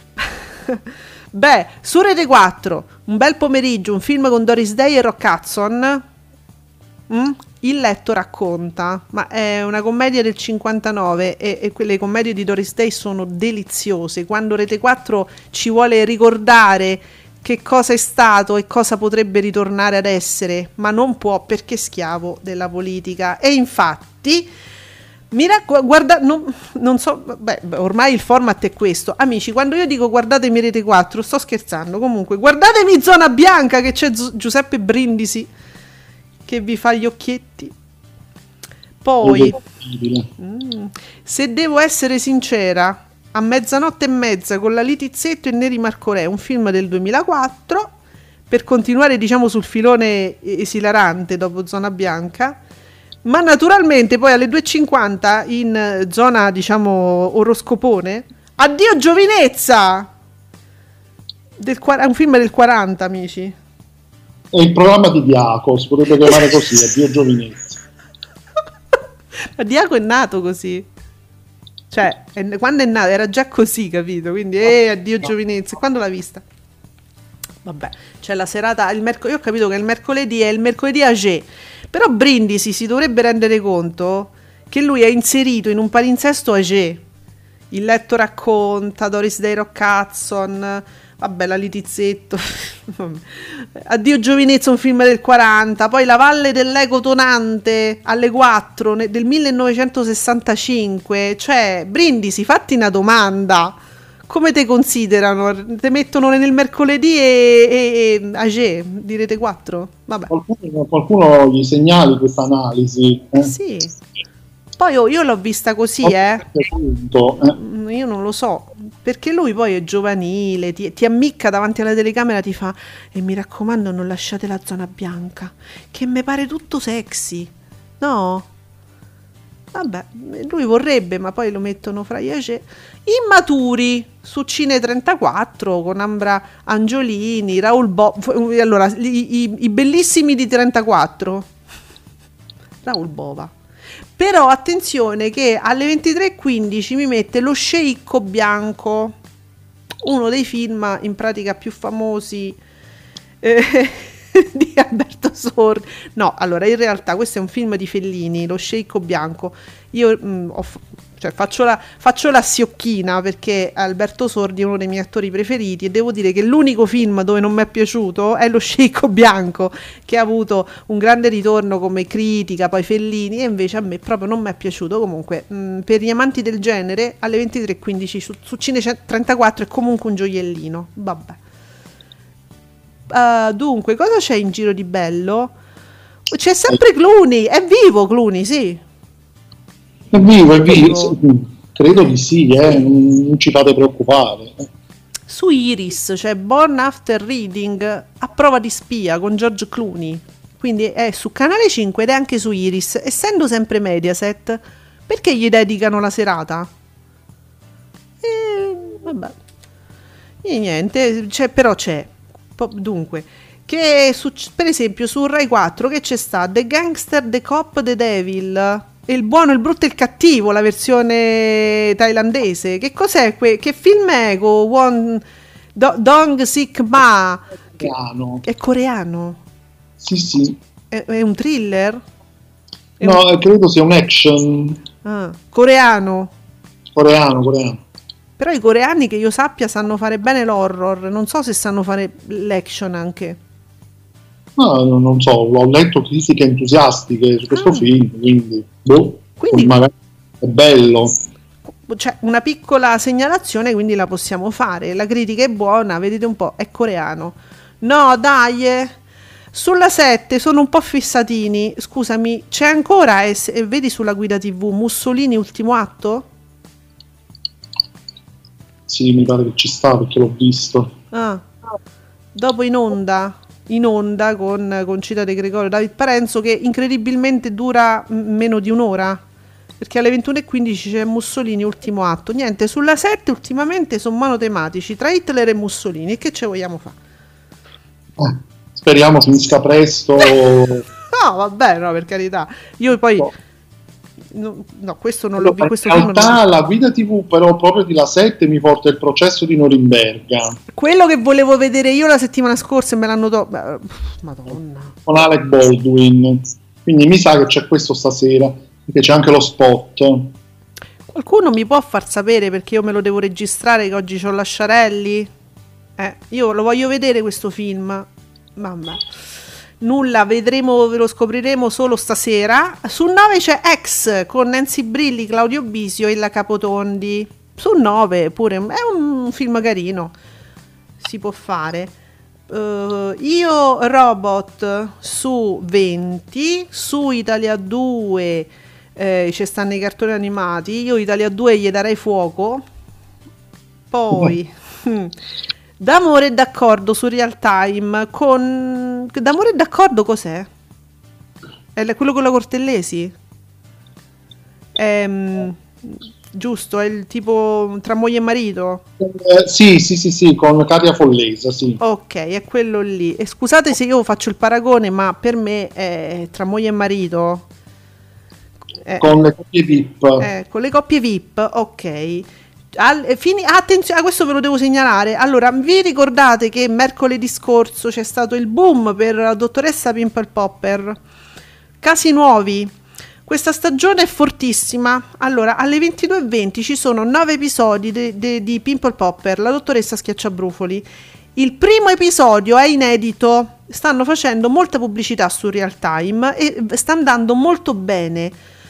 Beh, su Rete quattro, un bel pomeriggio, un film con Doris Day e Rock Hudson. Mm? Il letto racconta, ma è una commedia del cinquantanove e, e quelle commedie di Doris Day sono deliziose. Quando Rete quattro ci vuole ricordare che cosa è stato e cosa potrebbe ritornare ad essere, ma non può perché è schiavo della politica. E infatti, mi raccomando, guarda, non, non so, beh, ormai il format è questo. Amici, quando io dico guardatemi Rete quattro, sto scherzando. Comunque, guardatemi Zona Bianca, che c'è Gi- Giuseppe Brindisi che vi fa gli occhietti. Poi, mm, se devo essere sincera, A mezzanotte e mezza con la Litizzetto e Neri Marcorè, un film del duemilaquattro, per continuare diciamo sul filone esilarante dopo Zona Bianca. Ma naturalmente poi alle due e cinquanta in zona diciamo oroscopone, Addio giovinezza, del, è un film del quaranta, amici. È il programma di Diaco, si potrebbe chiamare così, Addio giovinezza. Ma Diaco è nato così, cioè è, quando è nato era già così, capito? Quindi eh, Addio giovinezza. Quando l'ha vista? Vabbè, c'è la serata il merc- io ho capito che il mercoledì è il mercoledì Agé, però Brindisi si dovrebbe rendere conto che lui è inserito in un palinsesto Agé. Il letto racconta, Doris Day Rock Hudson, vabbè, la Litizzetto. Addio giovinezza, un film del quaranta, poi La valle dell'eco tonante alle quattro ne- del millenovecentosessantacinque. Cioè, Brindisi, fatti una domanda. Come te considerano? Te mettono nel mercoledì e, e, e Agé, direte quattro? Vabbè. Qualcuno, qualcuno gli segnali questa analisi. Eh? Sì. Poi io, io l'ho vista così, eh. Punto, eh. Io non lo so, perché lui poi è giovanile, ti, ti ammicca davanti alla telecamera, ti fa e mi raccomando non lasciate la zona bianca, che mi pare tutto sexy, no? Vabbè, lui vorrebbe, ma poi lo mettono fra gli Agé. Immaturi su Cine trentaquattro con Ambra Angiolini, Raul Bo. Allora, i, i, i bellissimi di trentaquattro. Raul Bova. Però attenzione che alle ventitré e quindici mi mette Lo sceicco bianco, uno dei film in pratica più famosi eh, di Alberto Sordi. No, allora in realtà questo è un film di Fellini, Lo sceicco bianco. Io mh, ho, cioè, faccio, la, faccio la siocchina perché Alberto Sordi è uno dei miei attori preferiti e devo dire che l'unico film dove non mi è piaciuto è Lo sceicco bianco, che ha avuto un grande ritorno come critica, poi Fellini, e invece a me proprio non mi è piaciuto. Comunque mh, per gli amanti del genere alle ventitré e quindici su, su Cine trentaquattro è comunque un gioiellino. Vabbè. Uh, dunque, cosa c'è in giro di bello? C'è sempre Clooney, è vivo Clooney, sì. È vivo, è vivo. Credo di sì, eh. Non ci fate preoccupare. Su Iris c'è Born After Reading a prova di spia con George Clooney, quindi è su Canale cinque ed è anche su Iris. Essendo sempre Mediaset, perché gli dedicano la serata? E vabbè, e niente, c'è, però c'è dunque che su, per esempio su Rai quattro che c'è sta The Gangster, The Cop, The Devil, il buono, il brutto e il cattivo, la versione thailandese. Che cos'è? Que- che film è? Con Won Do- Dong Sik Ma, che è coreano. Sì, sì. È, è un thriller? È no, un... credo sia un action. Ah, coreano. Coreano, coreano. Però i coreani, che io sappia, sanno fare bene l'horror. Non so se sanno fare l'action anche. No, non so, ho letto critiche entusiastiche su questo ah. film, quindi, boh, quindi magari è bello. Cioè, una piccola segnalazione, quindi la possiamo fare. La critica è buona, vedete un po', è coreano. No, dai, eh. Sulla sette sono un po' fissatini. Scusami, c'è ancora, e, e vedi sulla guida tivù, Mussolini ultimo atto? Sì, mi pare che ci sta perché l'ho visto. Ah, dopo in onda, in onda con, con Cita De Gregorio, David Parenzo, che incredibilmente dura m- meno di un'ora, perché alle ventuno e quindici c'è Mussolini ultimo atto. Niente, sulla sette ultimamente sono monotematici tra Hitler e Mussolini. Che ce vogliamo fare? Eh, speriamo finisca presto. No, vabbè, no, per carità. Io poi no. No, no, questo non l'ho visto. Questo in realtà film non... la guida tivù però proprio di La sette mi porta Il processo di Norimberga, quello che volevo vedere io la settimana scorsa e me l'hanno tolto. Madonna, con Alec Baldwin, quindi mi sa che c'è questo stasera, perché c'è anche lo spot. Qualcuno mi può far sapere, perché io me lo devo registrare che oggi c'ho la Sciarelli, eh, io lo voglio vedere questo film. Mamma, nulla, vedremo, ve lo scopriremo solo stasera. Su nove c'è X con Nancy Brilli, Claudio Bisio e la Capotondi. Su nove pure, è un film carino, si può fare. Uh, io Robot su venti, su Italia due eh, ci stanno i cartoni animati. Io Italia due gli darei fuoco. Poi D'amore e d'accordo su Real Time con... D'amore e d'accordo cos'è? È quello con la Cortellesi? È, giusto, è il tipo tra moglie e marito? Eh, sì, sì, sì, sì, con Caria Follesa, sì. Ok, è quello lì. E scusate se io faccio il paragone, ma per me è tra moglie e marito. Eh, con le coppie V I P. Eh, con le coppie V I P, ok. Al, fini, attenzione, questo ve lo devo segnalare. Allora, vi ricordate che mercoledì scorso c'è stato il boom per la dottoressa Pimple Popper? Casi nuovi. Questa stagione è fortissima. Allora, alle ventidue e venti ci sono nove episodi de, de, di Pimple Popper, la dottoressa Schiacciabrufoli. Il primo episodio è inedito. Stanno facendo molta pubblicità su Real Time e sta andando molto bene.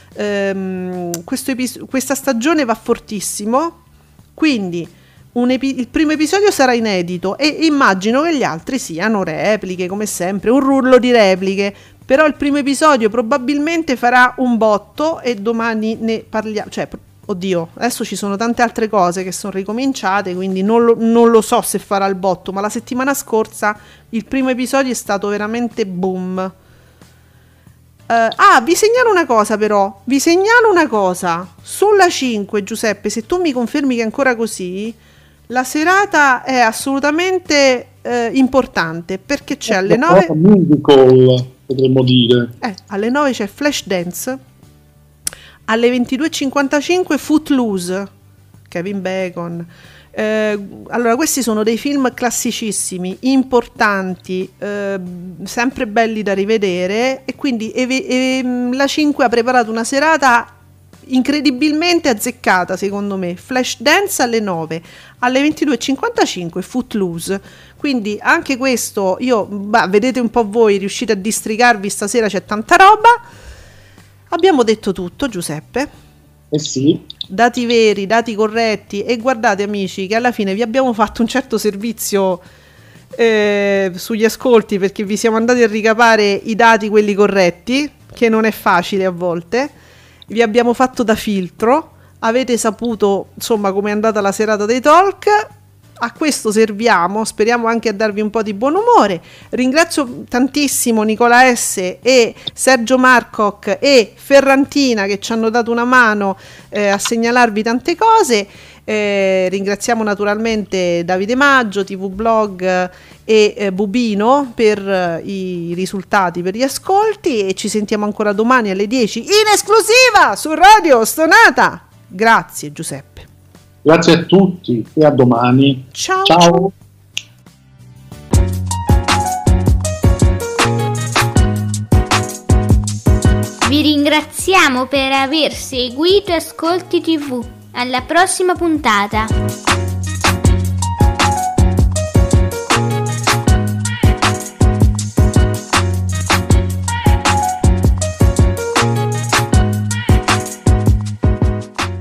Ehm, questo epis- questa stagione va fortissimo. Quindi un epi- il primo episodio sarà inedito e immagino che gli altri siano repliche, come sempre, un rullo di repliche. Però il primo episodio probabilmente farà un botto e domani ne parliamo. Cioè, oddio, adesso ci sono tante altre cose che sono ricominciate, quindi non lo, non lo so se farà il botto, ma la settimana scorsa il primo episodio è stato veramente boom. Uh, ah, vi segnalo una cosa però, vi segnalo una cosa, sulla cinque, Giuseppe, se tu mi confermi che è ancora così, la serata è assolutamente uh, importante, perché c'è alle nove... musical, potremmo dire. Eh, alle nove c'è Flashdance, alle ventidue e cinquantacinque Footloose, Kevin Bacon. Eh, allora, questi sono dei film classicissimi, importanti, eh, sempre belli da rivedere, e quindi eve- e, la cinque ha preparato una serata incredibilmente azzeccata, secondo me. Flashdance alle nove, alle ventidue e cinquantacinque Footloose. Quindi anche questo, io, bah, vedete un po' voi, riuscite a districarvi stasera, c'è tanta roba. Abbiamo detto tutto, Giuseppe. Eh sì. Dati veri, dati corretti, e guardate amici che alla fine vi abbiamo fatto un certo servizio eh, sugli ascolti, perché vi siamo andati a ricapare i dati, quelli corretti, che non è facile a volte. Vi abbiamo fatto da filtro, avete saputo insomma come è andata la serata dei talk. A questo serviamo, speriamo anche a darvi un po' di buon umore. Ringrazio tantissimo Nicola S e Sergio Marcoc e Ferrantina che ci hanno dato una mano eh, a segnalarvi tante cose. Eh, ringraziamo naturalmente Davide Maggio, T V Blog e eh, Bubino per eh, i risultati, per gli ascolti, e ci sentiamo ancora domani alle dieci in esclusiva su Radio Stonata. Grazie Giuseppe. Grazie a tutti e a domani. Ciao. Ciao. Vi ringraziamo per aver seguito Ascolti tivù. Alla prossima puntata.